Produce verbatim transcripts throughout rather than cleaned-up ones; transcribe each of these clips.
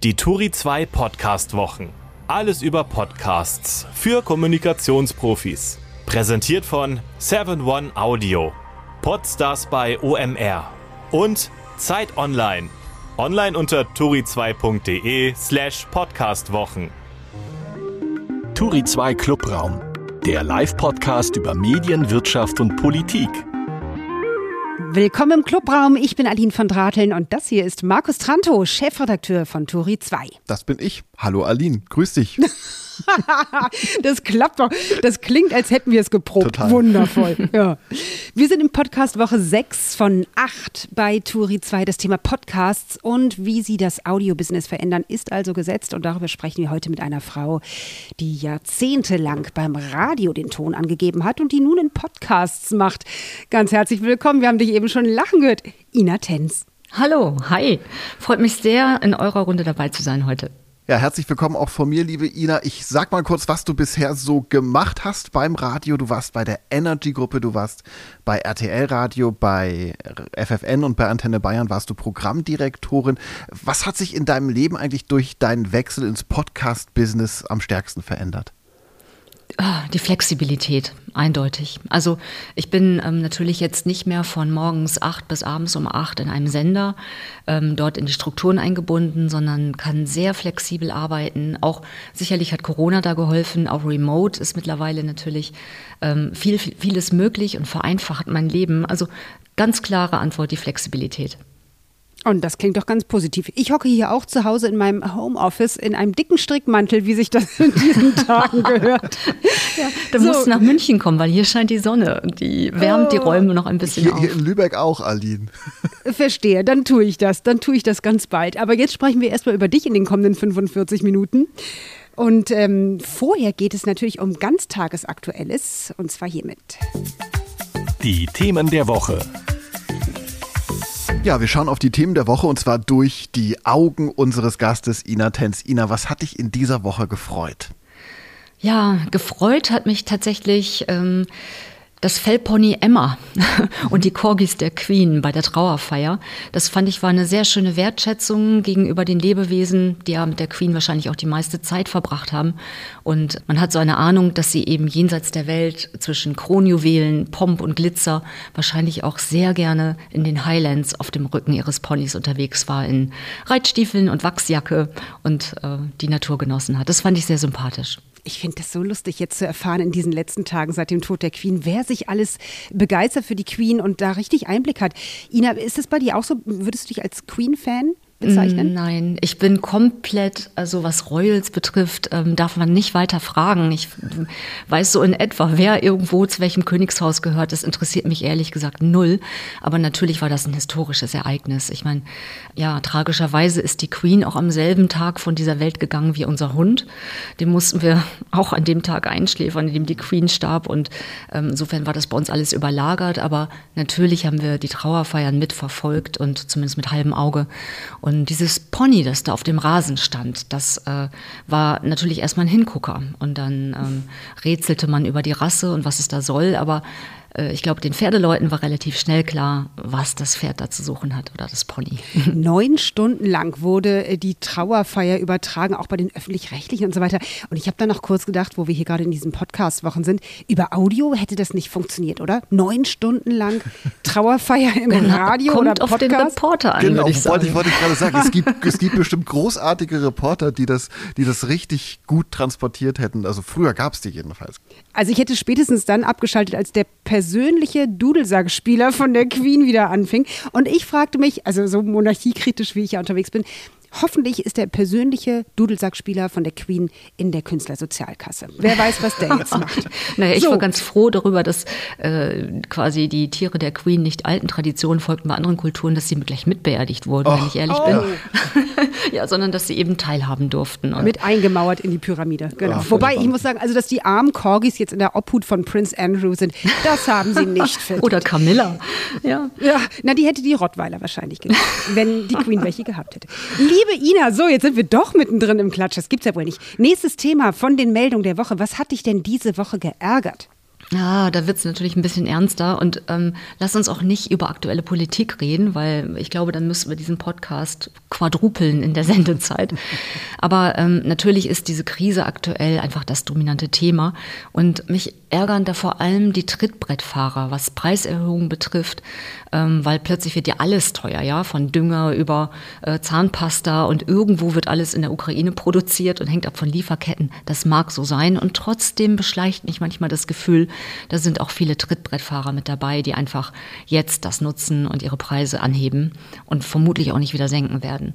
Die Turi zwei Podcast-Wochen. Alles über Podcasts für Kommunikationsprofis. Präsentiert von seven one Audio, Podstars bei O M R und Zeit Online. Online unter turi zwei punkt de slash podcastwochen. Turi zwei Clubraum, der Live-Podcast über Medien, Wirtschaft und Politik. Willkommen im Clubraum, ich bin Aline von Drateln und das hier ist Markus Trantow, Chefredakteur von Turi zwei. Das bin ich. Hallo Aline, grüß dich. Das klappt doch. Das klingt, als hätten wir es geprobt. Total. Wundervoll. Ja. Wir sind im Podcast Woche sechs von acht bei Turi zwei. Das Thema Podcasts und wie sie das Audiobusiness verändern, ist also gesetzt. Und darüber sprechen wir heute mit einer Frau, die jahrzehntelang beim Radio den Ton angegeben hat und die nun in Podcasts macht. Ganz herzlich willkommen. Wir haben dich eben schon lachen gehört. Ina Tenz. Hallo, hi. Freut mich sehr, in eurer Runde dabei zu sein heute. Ja, herzlich willkommen auch von mir, liebe Ina. Ich sag mal kurz, was du bisher so gemacht hast beim Radio. Du warst bei der Energy-Gruppe, du warst bei R T L-Radio, bei F F N und bei Antenne Bayern warst du Programmdirektorin. Was hat sich in deinem Leben eigentlich durch deinen Wechsel ins Podcast-Business am stärksten verändert? Die Flexibilität, eindeutig. Also ich bin ähm, natürlich jetzt nicht mehr von morgens acht bis abends um acht in einem Sender, ähm, dort in die Strukturen eingebunden, sondern kann sehr flexibel arbeiten. Auch sicherlich hat Corona da geholfen, auch remote ist mittlerweile natürlich ähm, viel, viel, vieles möglich und vereinfacht mein Leben. Also ganz klare Antwort, die Flexibilität. Und das klingt doch ganz positiv. Ich hocke hier auch zu Hause in meinem Homeoffice in einem dicken Strickmantel, wie sich das in diesen Tagen gehört. Ja, du so. musst nach München kommen, weil hier scheint die Sonne. Die wärmt oh. die Räume noch ein bisschen hier, auf. Hier in Lübeck auch, Aline. Verstehe, dann tue ich das. Dann tue ich das ganz bald. Aber jetzt sprechen wir erstmal über dich in den kommenden fünfundvierzig Minuten. Und ähm, vorher geht es natürlich um ganz Tagesaktuelles. Und zwar hiermit. Die Themen der Woche. Ja, wir schauen auf die Themen der Woche und zwar durch die Augen unseres Gastes Ina Tenz. Ina, was hat dich in dieser Woche gefreut? Ja, gefreut hat mich tatsächlich ähm, das Fellpony Emma und die Corgis der Queen bei der Trauerfeier. Das fand ich war eine sehr schöne Wertschätzung gegenüber den Lebewesen, die ja mit der Queen wahrscheinlich auch die meiste Zeit verbracht haben. Und man hat so eine Ahnung, dass sie eben jenseits der Welt zwischen Kronjuwelen, Pomp und Glitzer wahrscheinlich auch sehr gerne in den Highlands auf dem Rücken ihres Ponys unterwegs war, in Reitstiefeln und Wachsjacke und äh, die Natur genossen hat. Das fand ich sehr sympathisch. Ich finde das so lustig, jetzt zu erfahren in diesen letzten Tagen seit dem Tod der Queen, wer sich alles begeistert für die Queen und da richtig Einblick hat. Ina, ist es bei dir auch so? Würdest du dich als Queen-Fan bezeichnen? Nein, ich bin komplett, also was Royals betrifft, ähm, darf man nicht weiter fragen. Ich weiß so in etwa, wer irgendwo zu welchem Königshaus gehört. Das interessiert mich ehrlich gesagt null. Aber natürlich war das ein historisches Ereignis. Ich meine, ja, tragischerweise ist die Queen auch am selben Tag von dieser Welt gegangen wie unser Hund. Den mussten wir auch an dem Tag einschläfern, an dem die Queen starb. Und ähm, insofern war das bei uns alles überlagert. Aber natürlich haben wir die Trauerfeiern mitverfolgt und zumindest mit halbem Auge. Und dieses Pony, das da auf dem Rasen stand, das äh, war natürlich erstmal ein Hingucker. Und dann ähm, rätselte man über die Rasse und was es da soll. Aber äh, ich glaube, den Pferdeleuten war relativ schnell klar, was das Pferd da zu suchen hat oder das Pony. Neun Stunden lang wurde die Trauerfeier übertragen, auch bei den Öffentlich-Rechtlichen und so weiter. Und ich habe dann noch kurz gedacht, wo wir hier gerade in diesen Podcast-Wochen sind, über Audio hätte das nicht funktioniert, oder? Neun Stunden lang Trauerfeier im Radio Kommt oder Podcast? auf den Reporter an, Genau, würde ich sagen. wollte ich, wollte ich gerade sagen. Es gibt, es gibt bestimmt großartige Reporter, die das, die das richtig gut transportiert hätten. Also früher gab es die jedenfalls. Also ich hätte spätestens dann abgeschaltet, als der persönliche Dudelsackspieler von der Queen wieder anfing. Und ich fragte mich, also so monarchiekritisch wie ich ja unterwegs bin, hoffentlich ist der persönliche Dudelsackspieler von der Queen in der Künstlersozialkasse. Wer weiß, was der jetzt macht. Naja, ich so. war ganz froh darüber, dass äh, quasi die Tiere der Queen nicht alten Traditionen folgten bei anderen Kulturen, dass sie gleich mitbeerdigt wurden, Oh. wenn ich ehrlich Oh. bin. Ja, sondern dass sie eben teilhaben durften. Und Mit eingemauert in die Pyramide, genau. Ja, Wobei, völlig ich muss sagen, also dass die armen Corgis jetzt in der Obhut von Prince Andrew sind, das haben sie nicht verdient. Oder Camilla. Ja. Ja, na, die hätte die Rottweiler wahrscheinlich genommen, wenn die Queen welche gehabt hätte. Liebe Ina, so, jetzt sind wir doch mittendrin im Klatsch. Das gibt's ja wohl nicht. Nächstes Thema von den Meldungen der Woche. Was hat dich denn diese Woche geärgert? Ja, da wird es natürlich ein bisschen ernster und ähm, lass uns auch nicht über aktuelle Politik reden, weil ich glaube, dann müssen wir diesen Podcast quadrupeln in der Sendezeit. Aber ähm, natürlich ist diese Krise aktuell einfach das dominante Thema und mich ärgern da vor allem die Trittbrettfahrer, was Preiserhöhungen betrifft, ähm, weil plötzlich wird ja alles teuer, ja, von Dünger über äh, Zahnpasta und irgendwo wird alles in der Ukraine produziert und hängt ab von Lieferketten. Das mag so sein und trotzdem beschleicht mich manchmal das Gefühl, da sind auch viele Trittbrettfahrer mit dabei, die einfach jetzt das nutzen und ihre Preise anheben und vermutlich auch nicht wieder senken werden.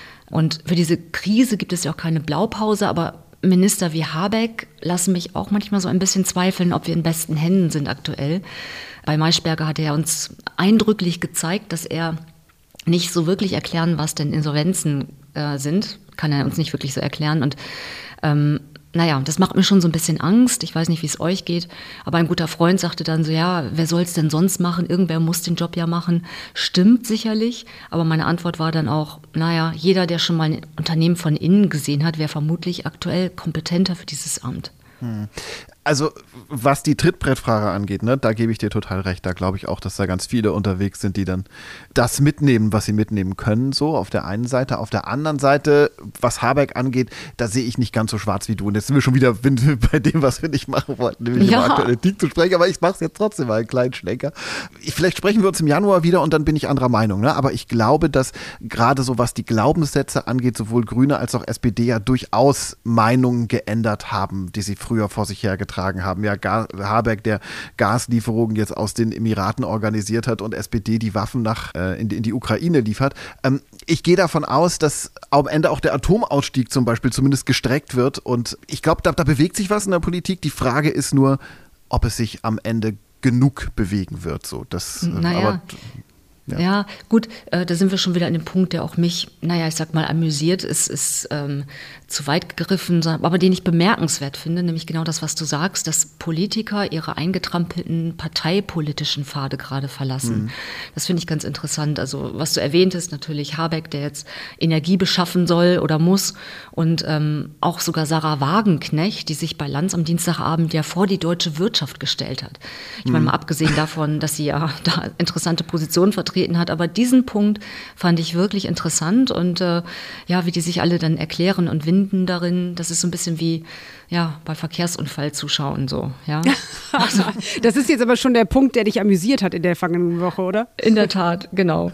Und für diese Krise gibt es ja auch keine Blaupause, aber Minister wie Habeck lassen mich auch manchmal so ein bisschen zweifeln, ob wir in besten Händen sind aktuell. Bei Maischberger hat er uns eindrücklich gezeigt, dass er nicht so wirklich erklären, was denn Insolvenzen äh, sind. Kann er uns nicht wirklich so erklären. Und ähm, naja, das macht mir schon so ein bisschen Angst. Ich weiß nicht, wie es euch geht. Aber ein guter Freund sagte dann so, ja, wer soll es denn sonst machen? Irgendwer muss den Job ja machen. Stimmt sicherlich. Aber meine Antwort war dann auch, naja, jeder, der schon mal ein Unternehmen von innen gesehen hat, wäre vermutlich aktuell kompetenter für dieses Amt. Hm. Also was die Trittbrettfahrer angeht, ne, da gebe ich dir total recht. Da glaube ich auch, dass da ganz viele unterwegs sind, die dann das mitnehmen, was sie mitnehmen können, so auf der einen Seite. Auf der anderen Seite, was Habeck angeht, da sehe ich nicht ganz so schwarz wie du. Und jetzt sind wir schon wieder bei dem, was wir nicht machen wollten, nämlich ja. über aktuelle Politik zu sprechen. Aber ich mache es jetzt trotzdem mal einen kleinen Schlenker. Ich, vielleicht sprechen wir uns im Januar wieder und dann bin ich anderer Meinung. Ne? Aber ich glaube, dass gerade so was die Glaubenssätze angeht, sowohl Grüne als auch S P D ja durchaus Meinungen geändert haben, die sie früher vor sich hergetragen haben. Ja, Gar- Habeck, der Gaslieferungen jetzt aus den Emiraten organisiert hat und S P D die Waffen nach, äh, in, die, in die Ukraine liefert. Ähm, ich gehe davon aus, dass am Ende auch der Atomausstieg zum Beispiel zumindest gestreckt wird und ich glaube, da, da bewegt sich was in der Politik. Die Frage ist nur, ob es sich am Ende genug bewegen wird. So, das, naja. aber, Ja. ja, gut, äh, da sind wir schon wieder an dem Punkt, der auch mich, naja, ich sag mal, amüsiert, ist, ist ähm, zu weit gegriffen, aber den ich bemerkenswert finde, nämlich genau das, was du sagst, dass Politiker ihre eingetrampelten parteipolitischen Pfade gerade verlassen. Mhm. Das finde ich ganz interessant. Also was du erwähnt hast, natürlich Habeck, der jetzt Energie beschaffen soll oder muss und ähm, auch sogar Sarah Wagenknecht, die sich bei Lanz am Dienstagabend ja vor die deutsche Wirtschaft gestellt hat. Ich mhm. meine, mal abgesehen davon, dass sie ja da interessante Positionen vertreten hat. Aber diesen Punkt fand ich wirklich interessant und äh, ja, wie die sich alle dann erklären und winden darin, das ist so ein bisschen wie ja, bei Verkehrsunfall zuschauen so, ja. Also, das ist jetzt aber schon der Punkt, der dich amüsiert hat in der vergangenen Woche, oder? In der Tat, genau.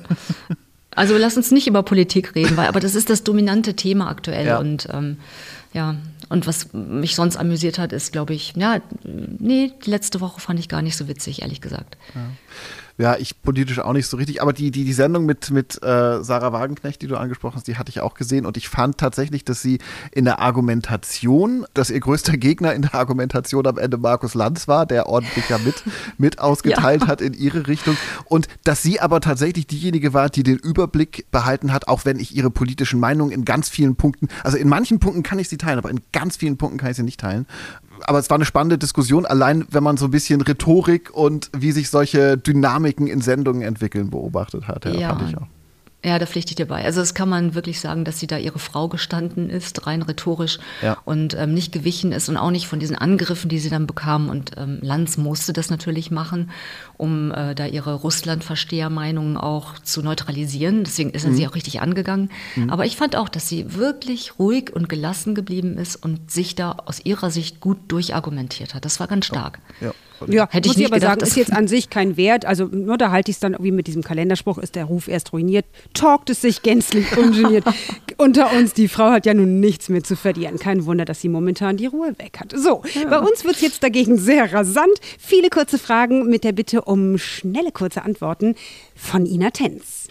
Also lass uns nicht über Politik reden, weil aber das ist das dominante Thema aktuell ja. und ähm, ja, und was mich sonst amüsiert hat, ist, glaube ich, ja, nee, die letzte Woche fand ich gar nicht so witzig, ehrlich gesagt. Ja. Ja, ich politisch auch nicht so richtig, aber die, die, die Sendung mit, mit äh, Sarah Wagenknecht, die du angesprochen hast, die hatte ich auch gesehen und ich fand tatsächlich, dass sie in der Argumentation, dass ihr größter Gegner in der Argumentation am Ende Markus Lanz war, der ordentlich ja mit, mit ausgeteilt ja. hat in ihre Richtung und dass sie aber tatsächlich diejenige war, die den Überblick behalten hat, auch wenn ich ihre politischen Meinungen in ganz vielen Punkten, also in manchen Punkten kann ich sie teilen, aber in ganz vielen Punkten kann ich sie nicht teilen. Aber es war eine spannende Diskussion, allein wenn man so ein bisschen Rhetorik und wie sich solche Dynamiken in Sendungen entwickeln beobachtet hat. Ja, ja. fand ich auch. Ja, da pflichte ich dir bei. Also das kann man wirklich sagen, dass sie da ihre Frau gestanden ist, rein rhetorisch ja. und ähm, nicht gewichen ist und auch nicht von diesen Angriffen, die sie dann bekam. Und ähm, Lanz musste das natürlich machen, um äh, da ihre Russland-Verstehermeinungen auch zu neutralisieren. Deswegen ist er mhm. sie auch richtig angegangen. Mhm. Aber ich fand auch, dass sie wirklich ruhig und gelassen geblieben ist und sich da aus ihrer Sicht gut durchargumentiert hat. Das war ganz stark. Ja. Ja, hätte muss ich ich aber gedacht, sagen, ist jetzt an sich kein Wert. Also nur da halte ich es dann irgendwie mit diesem Kalenderspruch, ist der Ruf erst ruiniert, talkt es sich gänzlich ungeniert. Unter uns, die Frau hat ja nun nichts mehr zu verlieren. Kein Wunder, dass sie momentan die Ruhe weg hat. So, ja. Bei uns wird es jetzt dagegen sehr rasant. Viele kurze Fragen mit der Bitte um schnelle, kurze Antworten von Ina Tenz.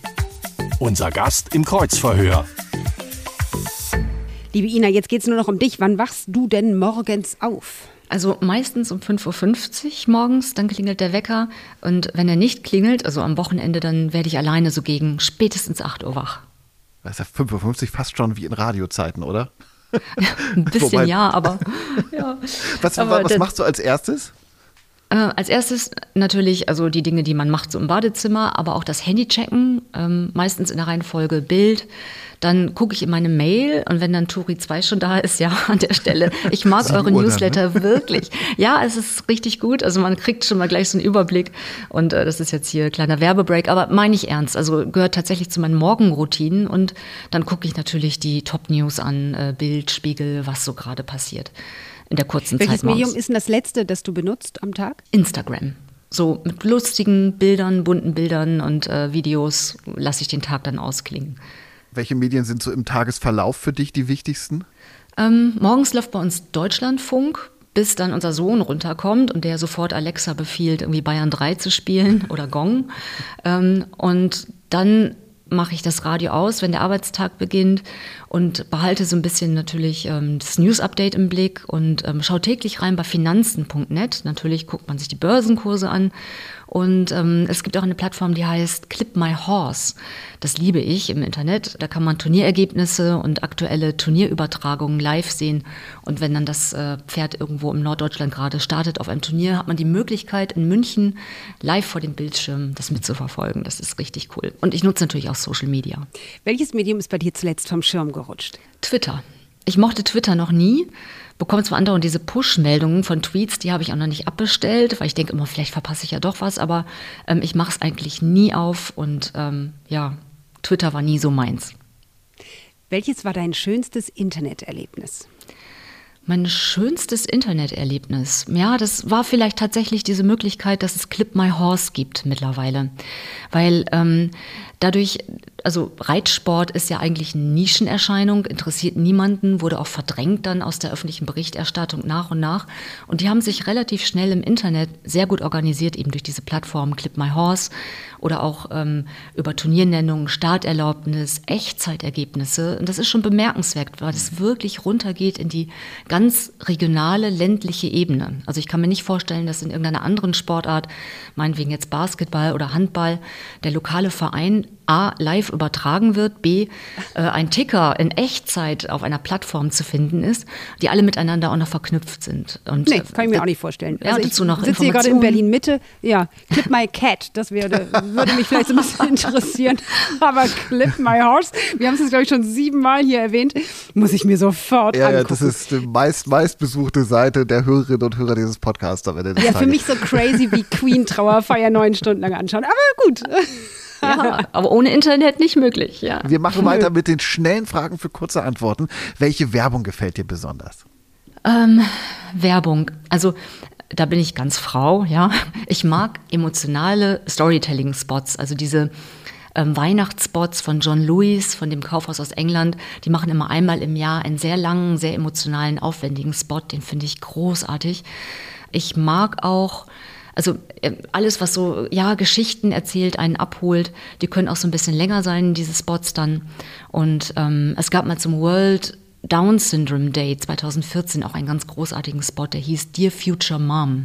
Unser Gast im Kreuzverhör. Liebe Ina, jetzt geht es nur noch um dich. Wann wachst du denn morgens auf? Also meistens um fünf Uhr fünfzig morgens, dann klingelt der Wecker und wenn er nicht klingelt, also am Wochenende, dann werde ich alleine so gegen spätestens acht Uhr wach. Das ist ja fünf Uhr fünfzig fast schon wie in Radiozeiten, oder? Ein bisschen Wobei, ja, aber ja. Was, aber was machst du als erstes? Äh, als erstes natürlich also die Dinge, die man macht so im Badezimmer, aber auch das Handy checken, ähm, meistens in der Reihenfolge Bild. Dann gucke ich in meine Mail und wenn dann Turi zwei schon da ist, ja, an der Stelle. Ich mag eure Newsletter dann, ne? Wirklich. Ja, es ist richtig gut. Also man kriegt schon mal gleich so einen Überblick. Und äh, das ist jetzt hier ein kleiner Werbebreak, aber meine ich ernst. Also gehört tatsächlich zu meinen Morgenroutinen. Und dann gucke ich natürlich die Top-News an, äh, Bild, Spiegel, was so gerade passiert in der kurzen Welches Zeit morgens. Medium ist denn das letzte, das du benutzt am Tag? Instagram. So mit lustigen Bildern, bunten Bildern und äh, Videos lasse ich den Tag dann ausklingen. Welche Medien sind so im Tagesverlauf für dich die wichtigsten? Ähm, morgens läuft bei uns Deutschlandfunk, bis dann unser Sohn runterkommt und der sofort Alexa befiehlt, irgendwie Bayern drei zu spielen oder Gong. Ähm, und dann mache ich das Radio aus, wenn der Arbeitstag beginnt und behalte so ein bisschen natürlich ähm, das News-Update im Blick und ähm, schaue täglich rein bei finanzen punkt net. Natürlich guckt man sich die Börsenkurse an und ähm, es gibt auch eine Plattform, die heißt Clip My Horse. Das liebe ich im Internet. Da kann man Turnierergebnisse und aktuelle Turnierübertragungen live sehen und wenn dann das äh, Pferd irgendwo im Norddeutschland gerade startet auf einem Turnier, hat man die Möglichkeit in München live vor dem Bildschirm das mitzuverfolgen. Das ist richtig cool. Und ich nutze natürlich auch Social Media. Welches Medium ist bei dir zuletzt vom Schirm gerutscht? Twitter. Ich mochte Twitter noch nie, bekomme zwar andauernd diese Push-Meldungen von Tweets, die habe ich auch noch nicht abbestellt, weil ich denke immer, vielleicht verpasse ich ja doch was, aber ähm, ich mache es eigentlich nie auf und ähm, ja, Twitter war nie so meins. Welches war dein schönstes Interneterlebnis? Mein schönstes Interneterlebnis, ja, das war vielleicht tatsächlich diese Möglichkeit, dass es Clip My Horse gibt mittlerweile, weil ähm, dadurch, also Reitsport ist ja eigentlich eine Nischenerscheinung, interessiert niemanden, wurde auch verdrängt dann aus der öffentlichen Berichterstattung nach und nach und die haben sich relativ schnell im Internet sehr gut organisiert, eben durch diese Plattform Clip My Horse oder auch ähm, über Turniernennungen, Starterlaubnis, Echtzeitergebnisse und das ist schon bemerkenswert, weil es wirklich runtergeht in die ganz regionale, ländliche Ebene. Also ich kann mir nicht vorstellen, dass in irgendeiner anderen Sportart, meinetwegen jetzt Basketball oder Handball, der lokale Verein A, live übertragen wird, B, äh, ein Ticker in Echtzeit auf einer Plattform zu finden ist, die alle miteinander auch noch verknüpft sind. Und, nee, kann ich mir äh, auch nicht vorstellen. Ja, also dazu noch ich sitze hier gerade in Berlin-Mitte. Ja, Clip My Cat, das wäre, würde mich vielleicht so ein bisschen interessieren. Aber Clip My Horse, wir haben es jetzt, glaube ich, schon siebenmal hier erwähnt, muss ich mir sofort ja, angucken. Ja, das ist die meist, meistbesuchte Seite der Hörerinnen und Hörer dieses Podcasts. Am Ende des ja, Tages. für mich so crazy wie Queen-Trauerfeier neun Stunden lang anschauen. Aber gut. Ja, aber ohne Internet nicht möglich, ja. Wir machen weiter mit den schnellen Fragen für kurze Antworten. Welche Werbung gefällt dir besonders? Ähm, Werbung. Also da bin ich ganz Frau, ja. Ich mag emotionale Storytelling-Spots, also diese ähm, Weihnachtsspots von John Lewis, von dem Kaufhaus aus England. Die machen immer einmal im Jahr einen sehr langen, sehr emotionalen, aufwendigen Spot. Den finde ich großartig. Ich mag auch Also alles, was so, ja, Geschichten erzählt, einen abholt, die können auch so ein bisschen länger sein, diese Spots dann. Und ähm, es gab mal zum World Down Syndrome Day zwanzig vierzehn auch einen ganz großartigen Spot, der hieß Dear Future Mom.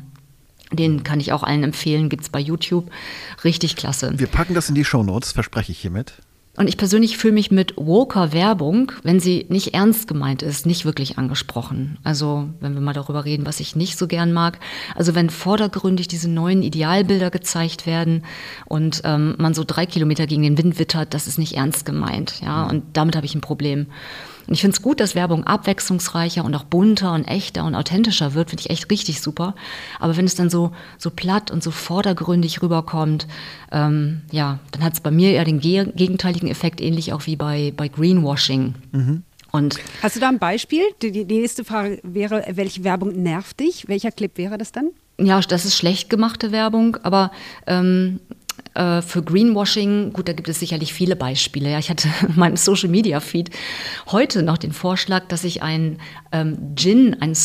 Den kann ich auch allen empfehlen, gibt's bei YouTube. Richtig klasse. Wir packen das in die Shownotes, verspreche ich hiermit. Und ich persönlich fühle mich mit Woker-Werbung, wenn sie nicht ernst gemeint ist, nicht wirklich angesprochen. Also wenn wir mal darüber reden, was ich nicht so gern mag. Also wenn vordergründig diese neuen Idealbilder gezeigt werden und ähm, man so drei Kilometer gegen den Wind wittert, das ist nicht ernst gemeint. Ja? Und damit habe ich ein Problem. Und ich finde es gut, dass Werbung abwechslungsreicher und auch bunter und echter und authentischer wird, finde ich echt richtig super. Aber wenn es dann so, so platt und so vordergründig rüberkommt, ähm, ja, dann hat es bei mir eher den ge- gegenteiligen Effekt, ähnlich auch wie bei, bei Greenwashing. Mhm. Und hast du da ein Beispiel? Die, die nächste Frage wäre, welche Werbung nervt dich? Welcher Clip wäre das dann? Ja, das ist schlecht gemachte Werbung, aber ähm, für Greenwashing, gut, da gibt es sicherlich viele Beispiele. Ja, ich hatte in meinem Social-Media-Feed heute noch den Vorschlag, dass ich einen ähm, Gin, einen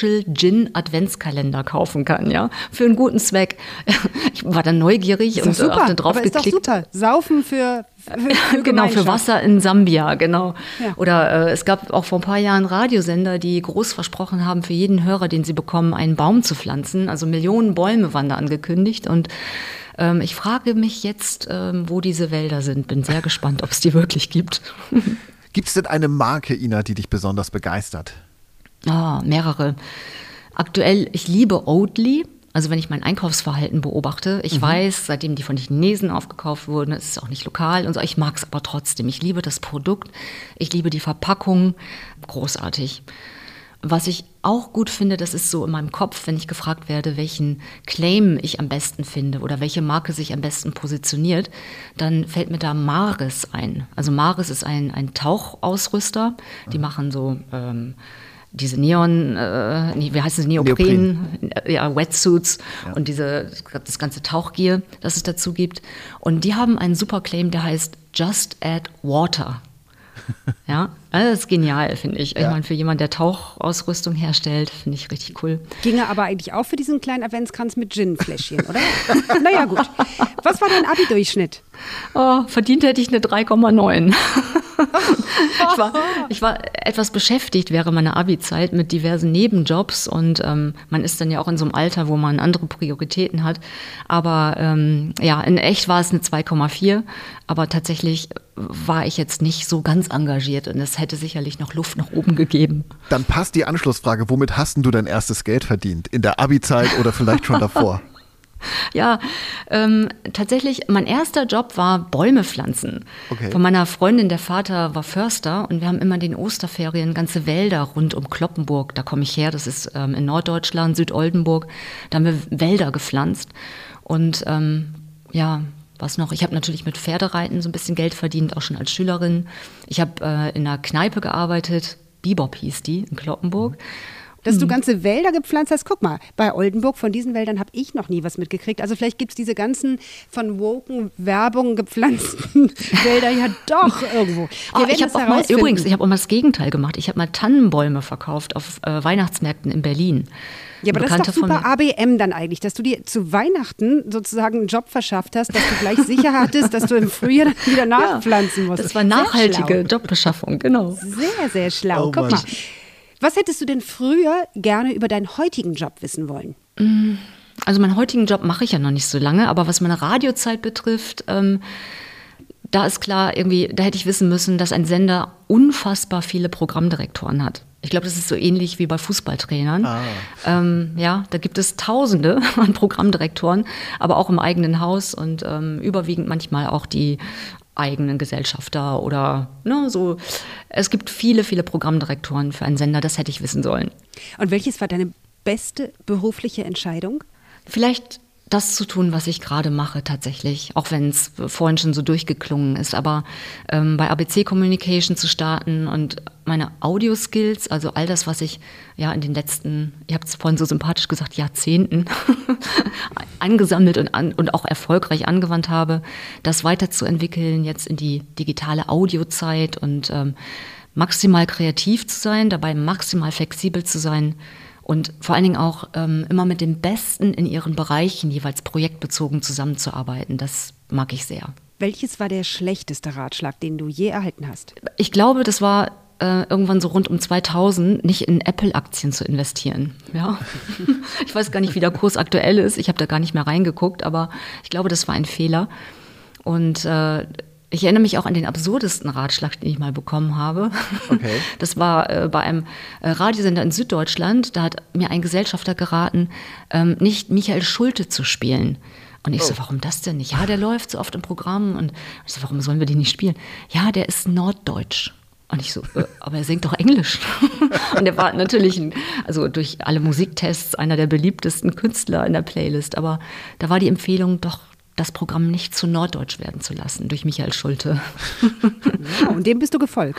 Social-Gin-Adventskalender kaufen kann, ja, für einen guten Zweck. Ich war dann neugierig und super, habe dann drauf aber geklickt. Ist doch super. Saufen für, für, für genau, für Wasser in Sambia, genau. Ja. Oder äh, es gab auch vor ein paar Jahren Radiosender, die groß versprochen haben, für jeden Hörer, den sie bekommen, einen Baum zu pflanzen. Also Millionen Bäume waren da angekündigt und ähm, ich frage mich jetzt, ähm, wo diese Wälder sind. Bin sehr gespannt, ob es die wirklich gibt. Gibt es denn eine Marke, Ina, die dich besonders begeistert? Ah, mehrere. Aktuell, ich liebe Oatly. Also wenn ich mein Einkaufsverhalten beobachte, ich mhm. weiß, seitdem die von den Chinesen aufgekauft wurden, ist es auch nicht lokal und so, ich mag es aber trotzdem. Ich liebe das Produkt, ich liebe die Verpackung, großartig. Was ich auch gut finde, das ist so in meinem Kopf, wenn ich gefragt werde, welchen Claim ich am besten finde oder welche Marke sich am besten positioniert, dann fällt mir da Maris ein. Also Maris ist ein, ein Tauchausrüster, die machen so ähm, diese Neon, äh, nee, wie heißt es, Neopren, Neopren. Ja, Wetsuits ja. und diese, das ganze Tauchgear, das es dazu gibt. Und die haben einen super Claim, der heißt Just Add Water. Ja, das ist genial, finde ich. Ja. Ich meine, für jemanden, der Tauchausrüstung herstellt, finde ich richtig cool. Ginge aber eigentlich auch für diesen kleinen Adventskranz mit Gin-Fläschchen, oder? Naja, gut. Was war dein Abi-Durchschnitt? Oh, verdient hätte ich eine drei Komma neun. Ich war, ich war etwas beschäftigt während meiner Abi-Zeit mit diversen Nebenjobs und ähm, man ist dann ja auch in so einem Alter, wo man andere Prioritäten hat. Aber ähm, ja, in echt war es eine zwei Komma vier, aber tatsächlich war ich jetzt nicht so ganz engagiert und es hätte sicherlich noch Luft nach oben gegeben. Dann passt die Anschlussfrage, womit hast du dein erstes Geld verdient? In der Abi-Zeit oder vielleicht schon davor? Ja, ähm, tatsächlich, mein erster Job war Bäume pflanzen. Okay. Von meiner Freundin, der Vater war Förster und wir haben immer in den Osterferien ganze Wälder rund um Cloppenburg, da komme ich her, das ist ähm, in Norddeutschland, Südoldenburg, da haben wir Wälder gepflanzt und ähm, ja, was noch, ich habe natürlich mit Pferdereiten so ein bisschen Geld verdient, auch schon als Schülerin. Ich habe äh, in einer Kneipe gearbeitet, Bebop hieß die, in Cloppenburg. Dass du ganze Wälder gepflanzt hast. Guck mal, bei Oldenburg, von diesen Wäldern habe ich noch nie was mitgekriegt. Also vielleicht gibt es diese ganzen von woken Werbung gepflanzten Wälder ja doch irgendwo. Wir oh, ich habe auch mal, übrigens, ich habe auch mal das Gegenteil gemacht. Ich habe mal Tannenbäume verkauft auf äh, Weihnachtsmärkten in Berlin. Ja, aber das ist doch super A B M dann eigentlich, dass du dir zu Weihnachten sozusagen einen Job verschafft hast, dass du gleich sicher hattest, dass du im Frühjahr dann wieder nachpflanzen musst. Das war nachhaltige Jobbeschaffung, genau. Sehr, sehr schlau. Oh, Guck mal. Was hättest du denn früher gerne über deinen heutigen Job wissen wollen? Also meinen heutigen Job mache ich ja noch nicht so lange, aber was meine Radiozeit betrifft, ähm, da ist klar, irgendwie, da hätte ich wissen müssen, dass ein Sender unfassbar viele Programmdirektoren hat. Ich glaube, das ist so ähnlich wie bei Fußballtrainern. Ah. Ähm, ja, da gibt es Tausende an Programmdirektoren, aber auch im eigenen Haus und ähm, überwiegend manchmal auch die eigenen Gesellschafter oder ne, so. Es gibt viele, viele Programmdirektoren für einen Sender, das hätte ich wissen sollen. Und welches war deine beste berufliche Entscheidung? Vielleicht das zu tun, was ich gerade mache tatsächlich, auch wenn es vorhin schon so durchgeklungen ist, aber ähm, bei A B C Communication zu starten und meine Audio-Skills, also all das, was ich ja in den letzten, ihr habt es vorhin so sympathisch gesagt, Jahrzehnten angesammelt und, an, und auch erfolgreich angewandt habe, das weiterzuentwickeln, jetzt in die digitale Audiozeit und ähm, maximal kreativ zu sein, dabei maximal flexibel zu sein. Und vor allen Dingen auch ähm, immer mit den Besten in ihren Bereichen jeweils projektbezogen zusammenzuarbeiten. Das mag ich sehr. Welches war der schlechteste Ratschlag, den du je erhalten hast? Ich glaube, das war äh, irgendwann so rund um zweitausend, nicht in Apple-Aktien zu investieren. Ja? Ich weiß gar nicht, wie der Kurs aktuell ist. Ich habe da gar nicht mehr reingeguckt, aber ich glaube, das war ein Fehler. Und äh, ich erinnere mich auch an den absurdesten Ratschlag, den ich mal bekommen habe. Okay. Das war äh, bei einem äh, Radiosender in Süddeutschland. Da hat mir ein Gesellschafter geraten, ähm, nicht Michael Schulte zu spielen. Und ich oh. so, warum das denn nicht? Ja, der läuft so oft im Programm. Und ich so, warum sollen wir den nicht spielen? Ja, der ist norddeutsch. Und ich so, äh, aber er singt doch Englisch. Und er war natürlich, ein, also durch alle Musiktests, einer der beliebtesten Künstler in der Playlist. Aber da war die Empfehlung doch, das Programm nicht zu norddeutsch werden zu lassen, durch Michael Schulte. Ja, und dem bist du gefolgt?